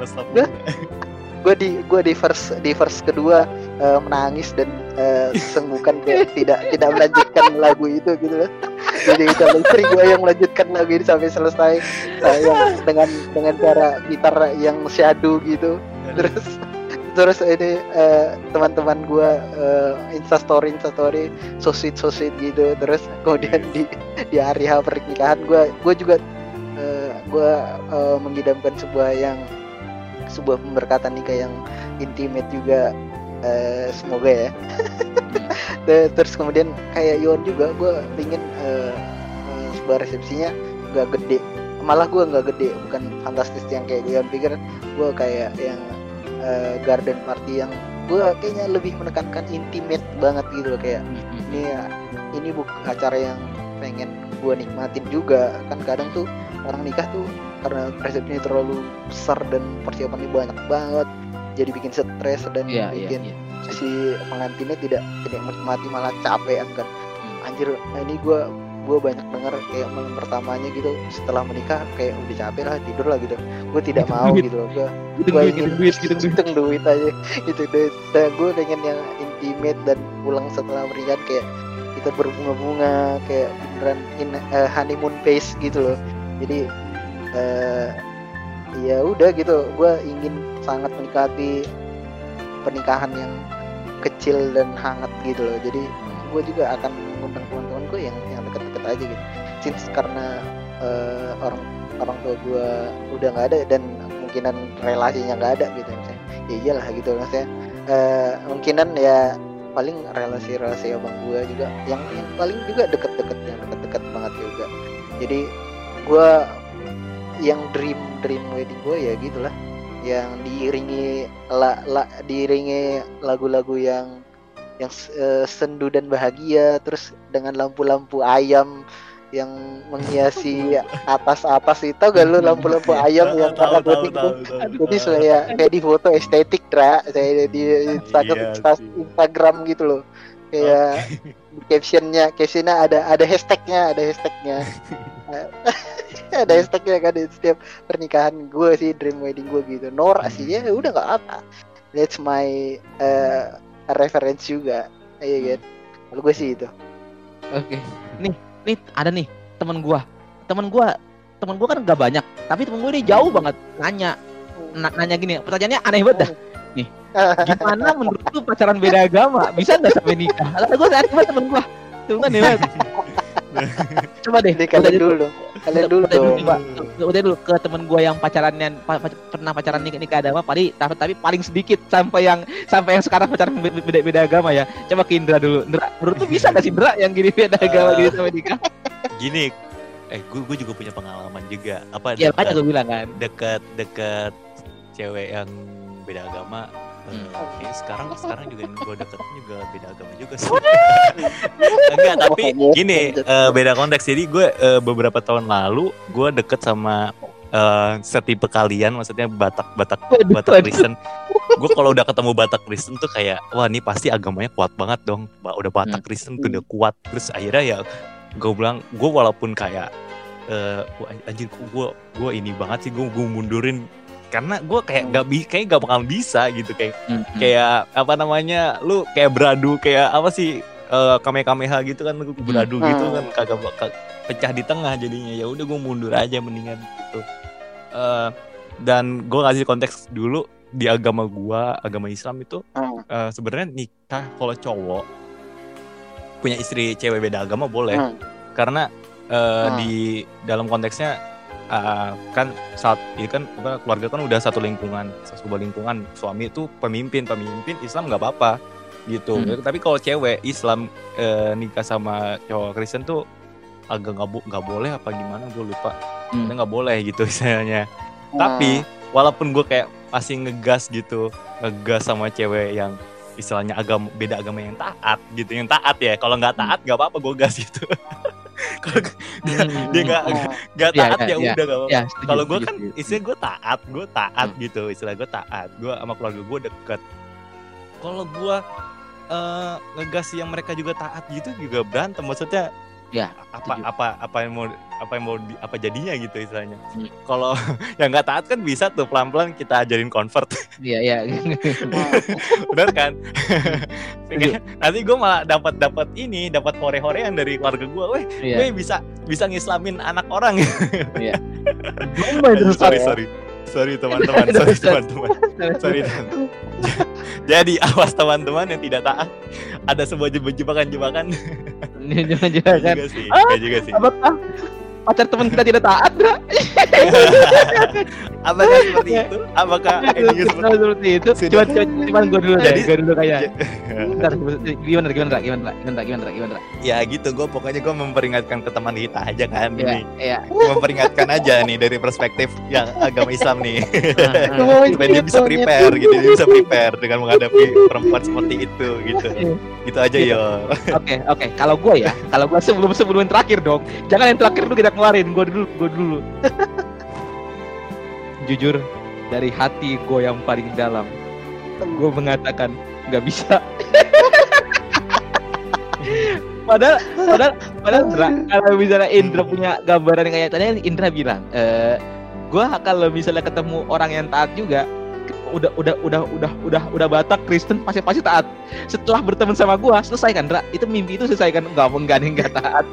Gue di verse kedua menangis dan senggukan kayak tidak melanjutkan lagu itu gitu loh. Jadi kalau istri gue yang melanjutkan lagu ini sampai selesai, dengan cara gitar yang syadu gitu. Terus ini teman-teman gue instastory so sweet gitu. Terus kemudian di hari H pernikahan gue juga mengidamkan sebuah pemberkatan nikah yang intimate juga, semoga ya. Terus kemudian kayak Yon juga, gue pingin sebuah resepsinya gak gede, malah gue gak gede, bukan fantastis yang kayak Yon pikir. Gue kayak yang garden party yang gue kayaknya lebih menekankan intimate banget gitu loh. Kayak ini acara yang pengen gue nikmatin juga. Kan kadang tuh orang nikah tuh karena resepsinya terlalu besar dan persiapannya banyak banget, jadi bikin stres dan bikin si pengantinnya tidak menikmati, malah capean kan. Anjir, ini gue gue banyak dengar kayak malam pertamanya gitu setelah menikah kayak udah capek lah tidur lah gitu. Gue tidak mau gitu loh. Gue ingin hitung duit aja itu duit. Dan gue pengen yang intimate dan pulang setelah menikah kayak kita berbunga-bunga kayak beneran honeymoon phase gitu loh. Jadi ya udah gitu. Gue ingin sangat menikmati pernikahan yang kecil dan hangat gitu loh. Jadi gue juga akan mengundang teman-teman gue yang deket-deket aja gitu. Since karena orang tua gue udah nggak ada dan kemungkinan relasinya nggak ada gitu misalnya. Ya iyalah gitu maksudnya. Mungkinan ya paling relasi abang gue juga yang paling juga deket-deket banget juga. Jadi gue yang dream wedding gue ya gitulah, yang diiringi lagu-lagu yang sendu dan bahagia, terus dengan lampu-lampu ayam yang menghiasi atas itu. Tau gak lu lampu-lampu ayam yang warna putih itu? Jadi saya kayak di foto estetik saya di Instagram gitu loh. Kayak captionnya ada hashtagnya ada hashtagnya kan di setiap pernikahan gue sih, dream wedding gue gitu. Norak sih ya udah nggak apa, that's my reference juga, iya kan. Kalau gue sih itu. Oke. Nih ada nih teman gue kan nggak banyak, tapi temen gue ini jauh banget nanya gini, pertanyaannya aneh banget dah. Nih, gimana menurut lu pacaran beda agama bisa nggak sampai nikah? Kata gue aneh banget temen gue. Tuh kan nih. Coba deh, kalian dulu. Udah dulu ke temen gue yang pernah pacaran nikah agama, tapi paling sedikit sampai yang sekarang pacaran beda agama ya. Coba ke Indra dulu. Indra, menurut lu bisa nggak sih Indra yang gini beda agama gitu sampai nikah? Gini, gue juga punya pengalaman juga. Ya kan gue bilang kan. Deket cewek yang beda agama. Sekarang juga gue deket juga beda agama juga sih. Enggak, tapi gini, beda konteks. Jadi gue beberapa tahun lalu gue deket sama setipe kalian, maksudnya Batak Kristen. Gue kalau udah ketemu Batak Kristen tuh kayak wah ini pasti agamanya kuat banget dong. Udah Batak Kristen tuh udah kuat. Terus akhirnya ya gue bilang, gue walaupun kayak anjir gue ini banget sih, gue mundurin karena gue kayak gak bakal bisa gitu, kayak apa namanya, lu kayak beradu kayak apa sih, kamehameha gitu kan, lu beradu gitu kan, kagak bakal pecah di tengah jadinya. Ya udah gue mundur aja mendingan gitu. Dan gue kasih konteks dulu, di agama Islam itu sebenarnya nikah kalau cowok punya istri cewek beda agama boleh, karena di dalam konteksnya kan saat ini kan keluarga kan udah satu lingkungan, sebuah lingkungan, suami itu pemimpin Islam nggak apa-apa gitu. Tapi kalau cewek Islam nikah sama cowok Kristen tuh agak nggak boleh apa gimana, gue lupa, nggak boleh gitu istilahnya. Tapi walaupun gue kayak masih ngegas sama cewek yang istilahnya beda agama yang taat gitu, yang taat ya, kalau nggak taat nggak apa-apa, gue gas gitu. Kalau dia nggak taat ya udah nggak apa-apa. Kalau gue kan istilah gue taat gitu, istilah gue taat, gue sama keluarga gue deket. Kalau gue ngegas yang mereka juga taat gitu juga berantem, maksudnya ya apa jadinya gitu istilahnya. Kalau yang nggak taat kan bisa tuh pelan-pelan kita ajarin convert. Iya. Benar kan? Nanti gue malah dapat hore-horean dari keluarga gue. Gue bisa ngislamin anak orang. Iya. Sorry teman-teman. Sorry. Jadi awas teman-teman yang tidak taat, ada sebuah jebakan. Jangan juga sih. Apakah pacar teman kita tidak taat, Bro? Apakah seperti itu? Apakah seperti itu? Cuman gue dulu kayak. Bentar, gimana? Ya gitu, gue memperingatkan ke teman kita aja kan ini. Iya. Memperingatkan aja nih dari perspektif yang agama Islam nih. Supaya dia bisa prepare dengan menghadapi perempuan seperti itu gitu. Gitu aja yo. Oke. Kalau gue sebelum yang terakhir dong. Jangan yang terakhir dulu kita keluarin. Gue dulu. Jujur dari hati gue yang paling dalam, gue mengatakan nggak bisa. Padahal Padahal Indra, kalau misalnya Indra punya gambaran kayak tadi Indra bilang, gua kalau misalnya ketemu orang yang taat juga udah Batak Kristen pasti taat. Setelah berteman sama gua selesai kan, Indra? Itu mimpi itu selesai kan? Enggak taat.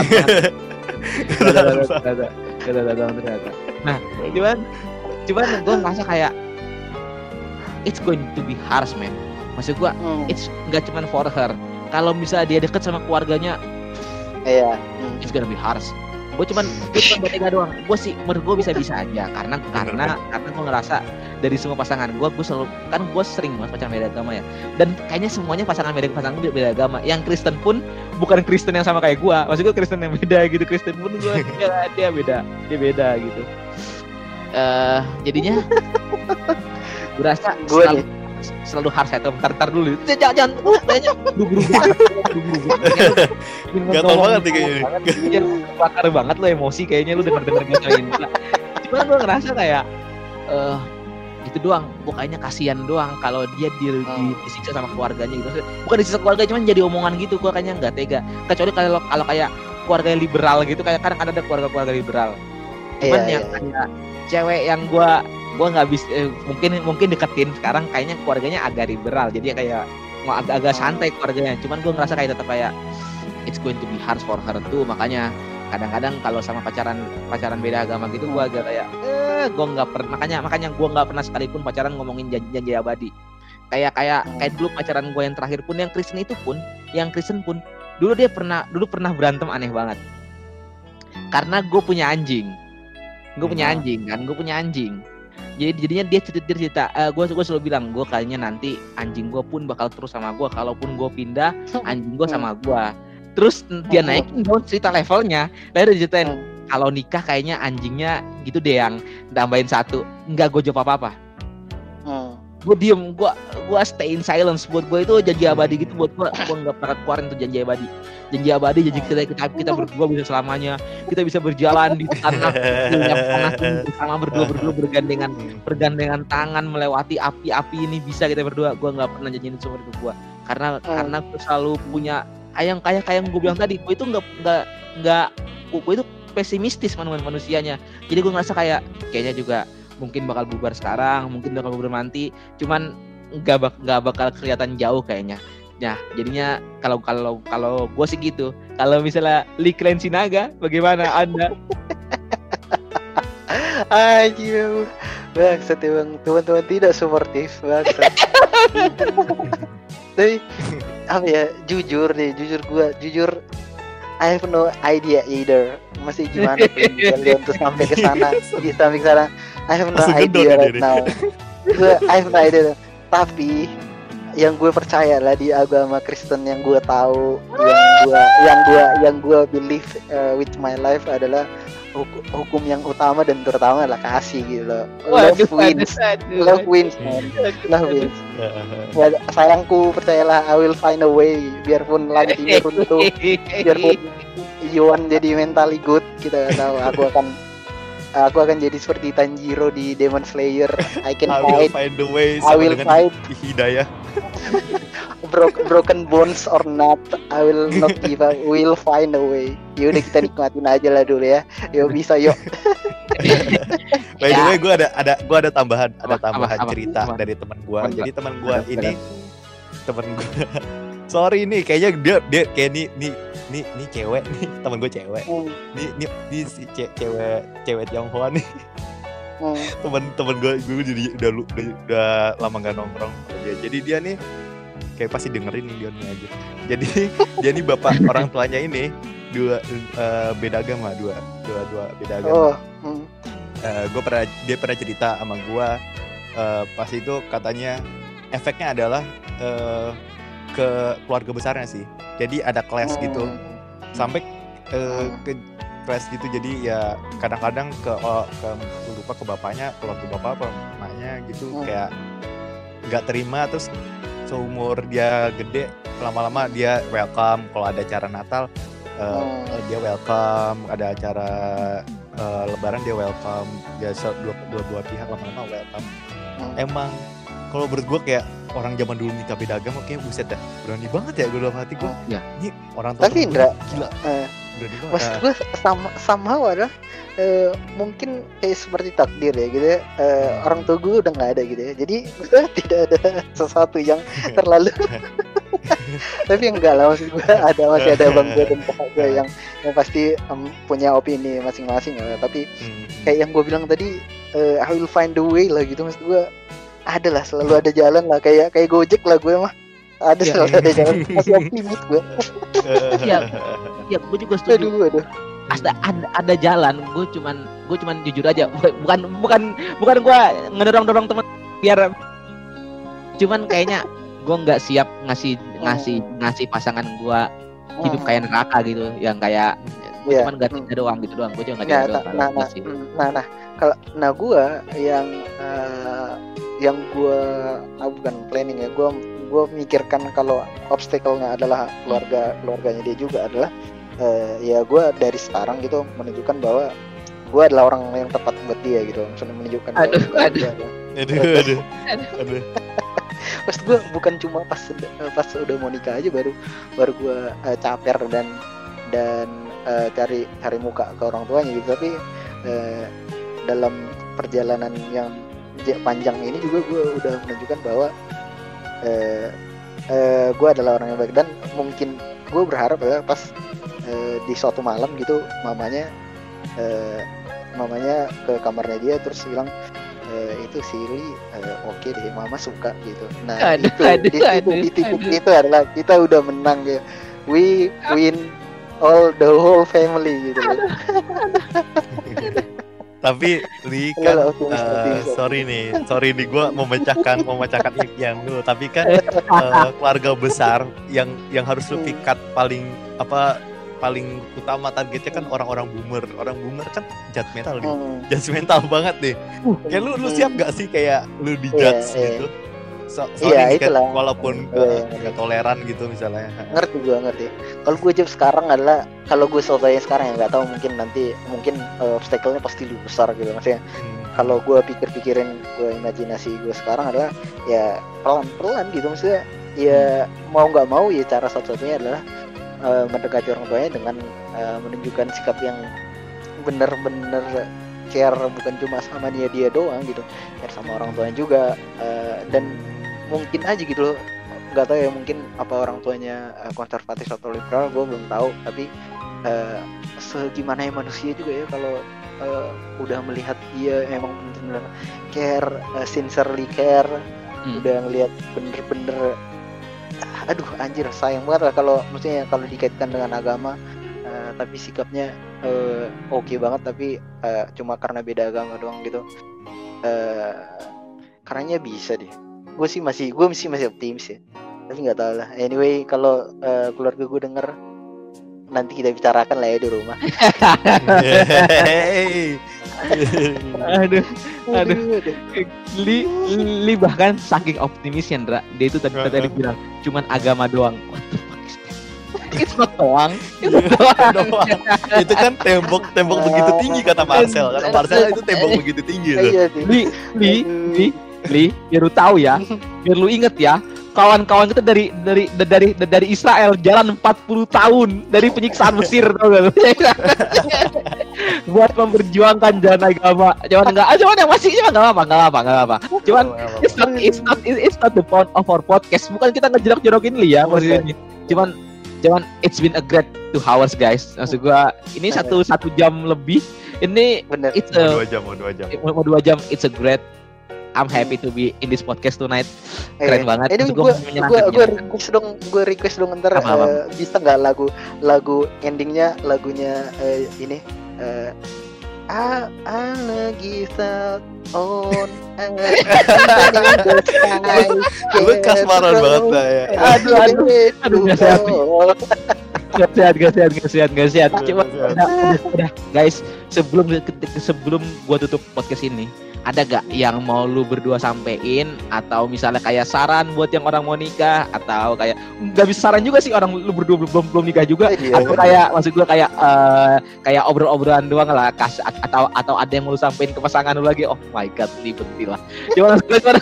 Nah, cuman gue ngerasa kayak it's going to be harsh, man. Maksud gue, it's nggak cuma for her. Kalau misalnya dia deket sama keluarganya, it's gonna be harsh. Gue cuma bertiga doang. Menurut gue bisa aja, karena gue ngerasa dari semua pasangan gue selalu kan gue sering banget pacaran beda agama ya. Dan kayaknya semuanya pasangan beda agama. Yang Kristen pun bukan Kristen yang sama kayak gue. Maksud gue Kristen yang beda gitu. Kristen pun gue dia beda gitu. Jadinya gue rasa selalu harus atau bentar dulu. Jangan kayaknya buru-buru gatel banget nih kayaknya. Bakar banget lo emosi kayaknya lu denger ngatain. Cuma gue ngerasa kayak gitu doang. Gue kayaknya kasihan doang kalau dia disiksa sama keluarganya gitu. Bukan disiksa keluarga, cuma jadi omongan gitu. Gue kayaknya nggak tega. Kecuali kalau kayak keluarga liberal gitu, kayak kadang ada keluarga liberal. Cuman yang kayak cewek yang gue nggak bisa mungkin deketin sekarang kayaknya keluarganya agak liberal, jadi kayak mau agak santai keluarganya. Cuman gue ngerasa kayak tetap kayak it's going to be hard for her tuh. Makanya kadang-kadang kalau sama pacaran beda agama gitu gue agak kayak gue nggak pernah, makanya gue nggak pernah sekalipun pacaran ngomongin janji abadi. Kayak dulu pacaran gue yang terakhir pun yang Kristen pun dulu pernah berantem aneh banget karena gue punya anjing. Jadinya dia cerita, gue selalu bilang gue kayaknya nanti anjing gue pun bakal terus sama gue, kalaupun gue pindah anjing gue sama gue. Terus dia naikin dong cerita levelnya, lalu dia ceritain kalau nikah kayaknya anjingnya gitu deh yang tambahin 1. Enggak gue jawab apa-apa. Gue diem, gue stay in silence. Buat gue itu janji abadi gitu. Buat gue nggak pernah keluarin tuh janji abadi. Janji kita berdua bisa selamanya. Kita bisa berjalan di tanah yang panas bersama berdua bergandengan tangan melewati api ini bisa kita berdua. Gue nggak pernah janjiin itu sama gue. Karena gue selalu punya kayak yang gue bilang tadi. Gue itu gue itu pesimistis manusianya. Jadi gue ngerasa kayaknya juga mungkin bakal bubar sekarang, mungkin bakal bubar nanti, cuman nggak bakal kelihatan jauh kayaknya. Nah, jadinya kalau gue sih gitu. Kalau misalnya Liklen Sinaga, bagaimana Anda? Anjir, bangsat bang, teman-teman tidak suportif bangsat. Tapi apa ya? Jujur gue, I have no idea either. Masih gimana tuh untuk sampai ke sana, sampai ke sana. I have no idea right now. I have no idea. Tapi yang gue percaya lah di agama Kristen yang gue tahu, yang gue believe with my life adalah hukum yang utama dan terutama adalah kasih gitu loh. Love wins. Sayangku, percayalah, I will find a way. Biarpun langit ini runtuh, biarpun Yuan jadi mentally good, kita nggak tahu. Aku akan jadi seperti Tanjiro di Demon Slayer. I will find the way. I will find hidayah. Broken bones or not, I will not give up. Will find a way. Yaudah, kita nikmatin aja lah dulu ya. Yuk bisa yuk. By the way, gue ada tambahan cerita dari teman gue. Jadi teman gue ini sorry nih, kayaknya dia kayak nih cewek nih, teman gue cewek. Nih si cewek Tionghoa nih. Teman gue jadi udah lama nggak nongkrong aja. Jadi dia nih kayak pasti dengerin nih dia nih aja. Jadi dia nih bapak orang tuanya ini dua beda agama, dua beda agama. Dia pernah cerita sama gue pas itu katanya efeknya adalah ke keluarga besarnya sih. Jadi ada clash gitu sampai ke clash gitu. Jadi ya kadang-kadang lupa ke bapaknya, keluarga bapak apa emaknya gitu kayak nggak terima. Terus seumur dia gede lama-lama dia welcome kalau ada acara Natal, dia welcome, ada acara Lebaran dia welcome, dia dua pihak lama-lama welcome. Emang kalau menurut gue kayak orang zaman dulu nikah beda agama kayak buset dah, berani banget ya gue dalam hati gue. Ini orang tua. Tapi Indra, gila. Maksud gue sama adalah mungkin kayak seperti takdir ya gitu ya. Orang tua gue udah nggak ada gitu ya, jadi gue tidak ada sesuatu yang terlalu tapi enggak lah, maksud gue masih ada bang gue dan kakak gue yang pasti punya opini masing-masing ya. Tapi kayak yang gue bilang tadi, I will find the way lah gitu. Maksud gue ada lah, selalu ada jalan lah, kayak Gojek lah gue mah ada selalu ada jalan, masih optimis gue. Iya, gue juga setuju. Aduh. Ada jalan, gue cuman jujur aja, bukan gue ngedorong teman biar, cuman kayaknya gue nggak siap ngasih pasangan gue hidup kayak neraka gitu, yang kayak gue cuman nggak tiga doang gitu doang, gue cuma nggak tiga doang. Nah gue yang gue bukan planning ya, gue mikirkan kalau obstacle-nya adalah keluarganya dia juga adalah ya gue dari sekarang gitu menunjukkan bahwa gue adalah orang yang tepat buat dia gitu, maksudnya menunjukkan aduh. Maksud gue bukan cuma pas udah mau nikah aja baru gue caper dan cari muka ke orang tuanya gitu, tapi dalam perjalanan yang panjang ini juga gue udah menunjukkan bahwa gue adalah orang yang baik. Dan mungkin gue berharap ya pas di suatu malam gitu mamanya ke kamarnya dia terus bilang itu Siri oke deh, mama suka gitu. Nah di titik itu adalah kita udah menang ya, we win the whole family gitu loh. Tapi Li kan sorry nih gue memecahkan impian dulu, tapi kan keluarga besar yang harus lu pikat paling utama targetnya kan orang boomer kan judgmental banget deh. Kayak lu siap gak sih kayak lu dijudge gitu? Sorry kan, walaupun gak toleran gitu misalnya. Ngerti. Kalau gue jawab sekarang adalah, kalau gue selesai sekarang ya nggak tahu, mungkin obstacle-nya pasti lebih besar gitu maksudnya. Kalau gue pikirin gue imajinasi gue sekarang adalah ya pelan-pelan gitu, maksudnya ya mau nggak mau ya cara satu-satunya adalah mendekati orang tuanya dengan menunjukkan sikap yang benar-benar care, bukan cuma sama dia doang gitu, care sama orang tuanya juga. Dan mungkin aja gitu loh, nggak tahu ya, mungkin apa orang tuanya konservatif atau liberal, gue belum tahu. Tapi segimana ya manusia juga ya, kalau udah melihat dia emang benar-benar care, sincerely care, udah ngelihat bener-bener aduh anjir sayang banget lah kalau maksudnya kalau dikaitkan dengan agama, tapi sikapnya oke banget, tapi cuma karena beda agama doang gitu. Karenanya bisa deh. Gue masih optimis ya, tapi nggak tahu lah. Anyway, kalau keluarga gue denger, nanti kita bicarakan lah ya di rumah. Aduh. Li bahkan saking optimisnya, Ndra, dia itu tadi bilang cuman agama doang. What the fuck is that? It's not doang. Itu kan tembok begitu tinggi kata Marcel. Itu tembok begitu tinggi. Li, biar lu tahu ya, biar lu inget ya, kawan-kawan kita dari Israel jalan 40 tahun dari penyiksaan Mesir, tau gak lu? Buat memperjuangkan jalan agama. Cuman yang masih enggak apa. Cuman it's not the point of our podcast. Bukan kita ngejorok-jorokin Li ya maksudnya ini. Cuman it's been a great 2 hours guys. Maksud gua ini satu jam lebih. Ini bener. It's mau 2 jam. It's a great. I'm happy to be in this podcast tonight. Keren banget. Ini gue request dong ntar bisa nggak lagu endingnya lagunya ini lagi start on lu kasmaran banget lah ya. Aduh gak sehat. Coba udah guys, sebelum gua tutup podcast ini, ada gak yang mau lu berdua sampein, atau misalnya kayak saran buat yang orang mau nikah, atau kayak nggak bisa saran juga sih, orang lu berdua belum nikah juga, atau kayak maksud gue kayak obrol-obrolan doang lah, atau ada yang mau lu sampein ke pasangan lu lagi. Oh my god, ribet lah. Cuma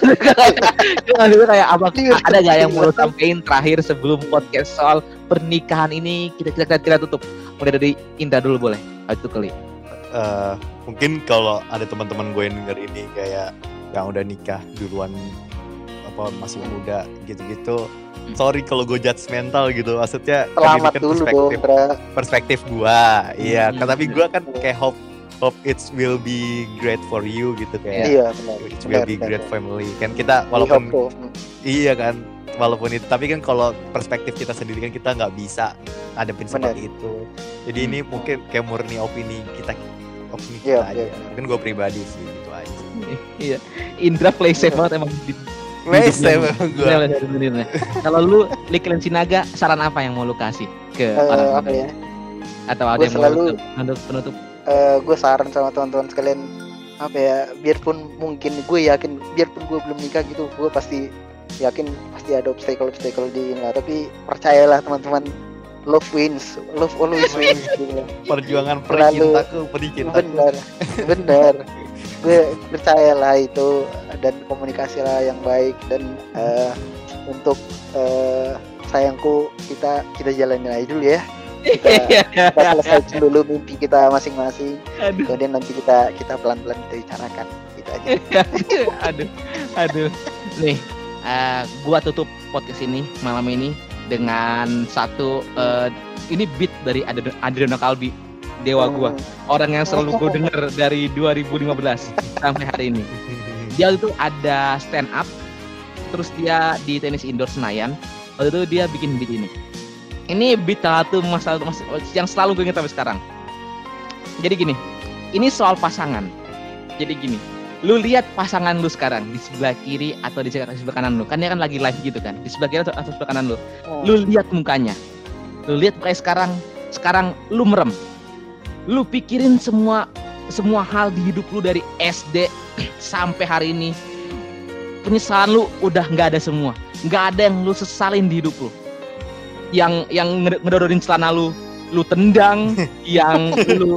kayak apa, ada gak yang mau lu sampein terakhir sebelum podcast soal pernikahan ini kita tutup? Mulai dari Indra dulu boleh? Itu kali. Mungkin kalau ada teman-teman gue yang denger ini kayak yang udah nikah duluan apa masih muda gitu-gitu, sorry kalau gue judgmental gitu, maksudnya selamat kan dulu perspektif gue, iya. Tapi gue kan kayak hope it will be great for you gitu, kayak iya, benar, it will be great family kan, kita walaupun iya kan, walaupun itu, tapi kan kalau perspektif kita sendiri kan kita nggak bisa ngadepin seperti itu. Jadi ini mungkin kayak murni opini kita aja. Mungkin gue pribadi sih gitu aja. Iya. Indra play safe banget emang. Play safe emang gue. Kalau lu Likilan Sinaga, saran apa yang mau lu kasih ke orang apa ya? Atau ada yang mau penutup? Gue saran sama teman-teman sekalian, apa ya, biarpun mungkin gue yakin biarpun gue belum nikah gitu, gue pasti yakin pasti ada obstacle di ini, tapi percayalah teman-teman, love wins, love always wins gitu. Perjuangan pericintaku. Benar. Gue percayalah itu, dan komunikasilah yang baik, dan untuk sayangku kita jalanin aja dulu ya. Kita selesai dulu mimpi kita masing-masing. Kemudian nanti kita pelan-pelan kita bicarakan gitu aja. Aduh. Nih, gua tutup podcast ini malam ini dengan satu ini beat dari Adriano Kalbi, dewa gua, orang yang selalu gua denger dari 2015 sampai hari ini. Dia itu ada stand up, terus dia di tenis indoor Senayan. Waktu itu dia bikin beat ini. Ini beat satu masalah yang selalu gue ingat sampai sekarang. Jadi gini, ini soal pasangan. Jadi gini, lu lihat pasangan lu sekarang di sebelah kiri atau di sebelah kanan lu, kan dia kan lagi live gitu kan, di sebelah kiri atau sebelah kanan lu. Lu lihat mukanya, lu lihat kayak sekarang lu merem, lu pikirin semua hal di hidup lu dari SD sampai hari ini. Penyesalan lu udah nggak ada semua, nggak ada yang lu sesalin di hidup lu. Yang ngedodorin celana lu tendang, yang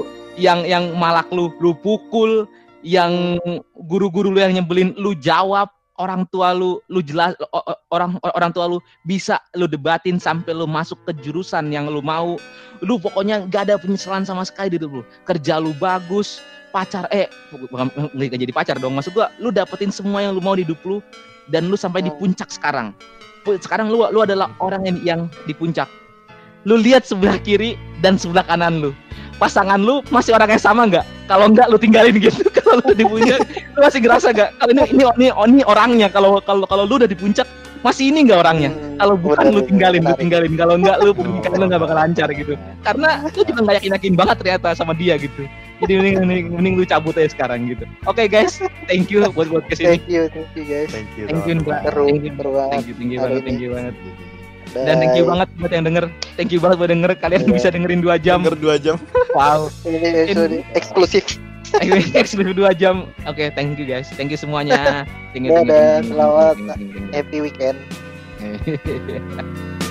malak lu pukul, yang guru-guru lu yang nyebelin lu jawab, orang tua lu jelas, orang tua lu bisa lu debatin sampai lu masuk ke jurusan yang lu mau. Lu pokoknya gak ada penyesalan sama sekali di hidup lu. Kerja lu bagus, pacar bukan jadi pacar dong, maksud gua lu dapetin semua yang lu mau di hidup lu, dan lu sampai di puncak sekarang. Sekarang lu adalah orang yang di puncak. Lu lihat sebelah kiri dan sebelah kanan lu, pasangan lu masih orang yang sama nggak? Kalau nggak, lu tinggalin gitu. Kalau lu di puncak, lu masih ngerasa nggak? Kalau ini orangnya. Kalau lu udah di puncak, masih ini nggak orangnya? Kalau bukan, lu tinggalin. Kalau nggak, lu pernikahan lu nggak bakal lancar gitu. Karena lu juga nggak yakin banget ternyata sama dia gitu. Jadi mending lu cabut aja sekarang gitu. Oke, guys, thank you buat kesini. Thank you guys. Thank you banget. Thank you banget. Dan thank you banget buat yang denger. Thank you banget buat denger. Kalian bisa dengerin 2 jam. Denger 2 jam. Wow. Ini eksklusif. Eksklusif 2 jam. Oke, thank you guys. Thank you semuanya. Dadah, selamat happy weekend.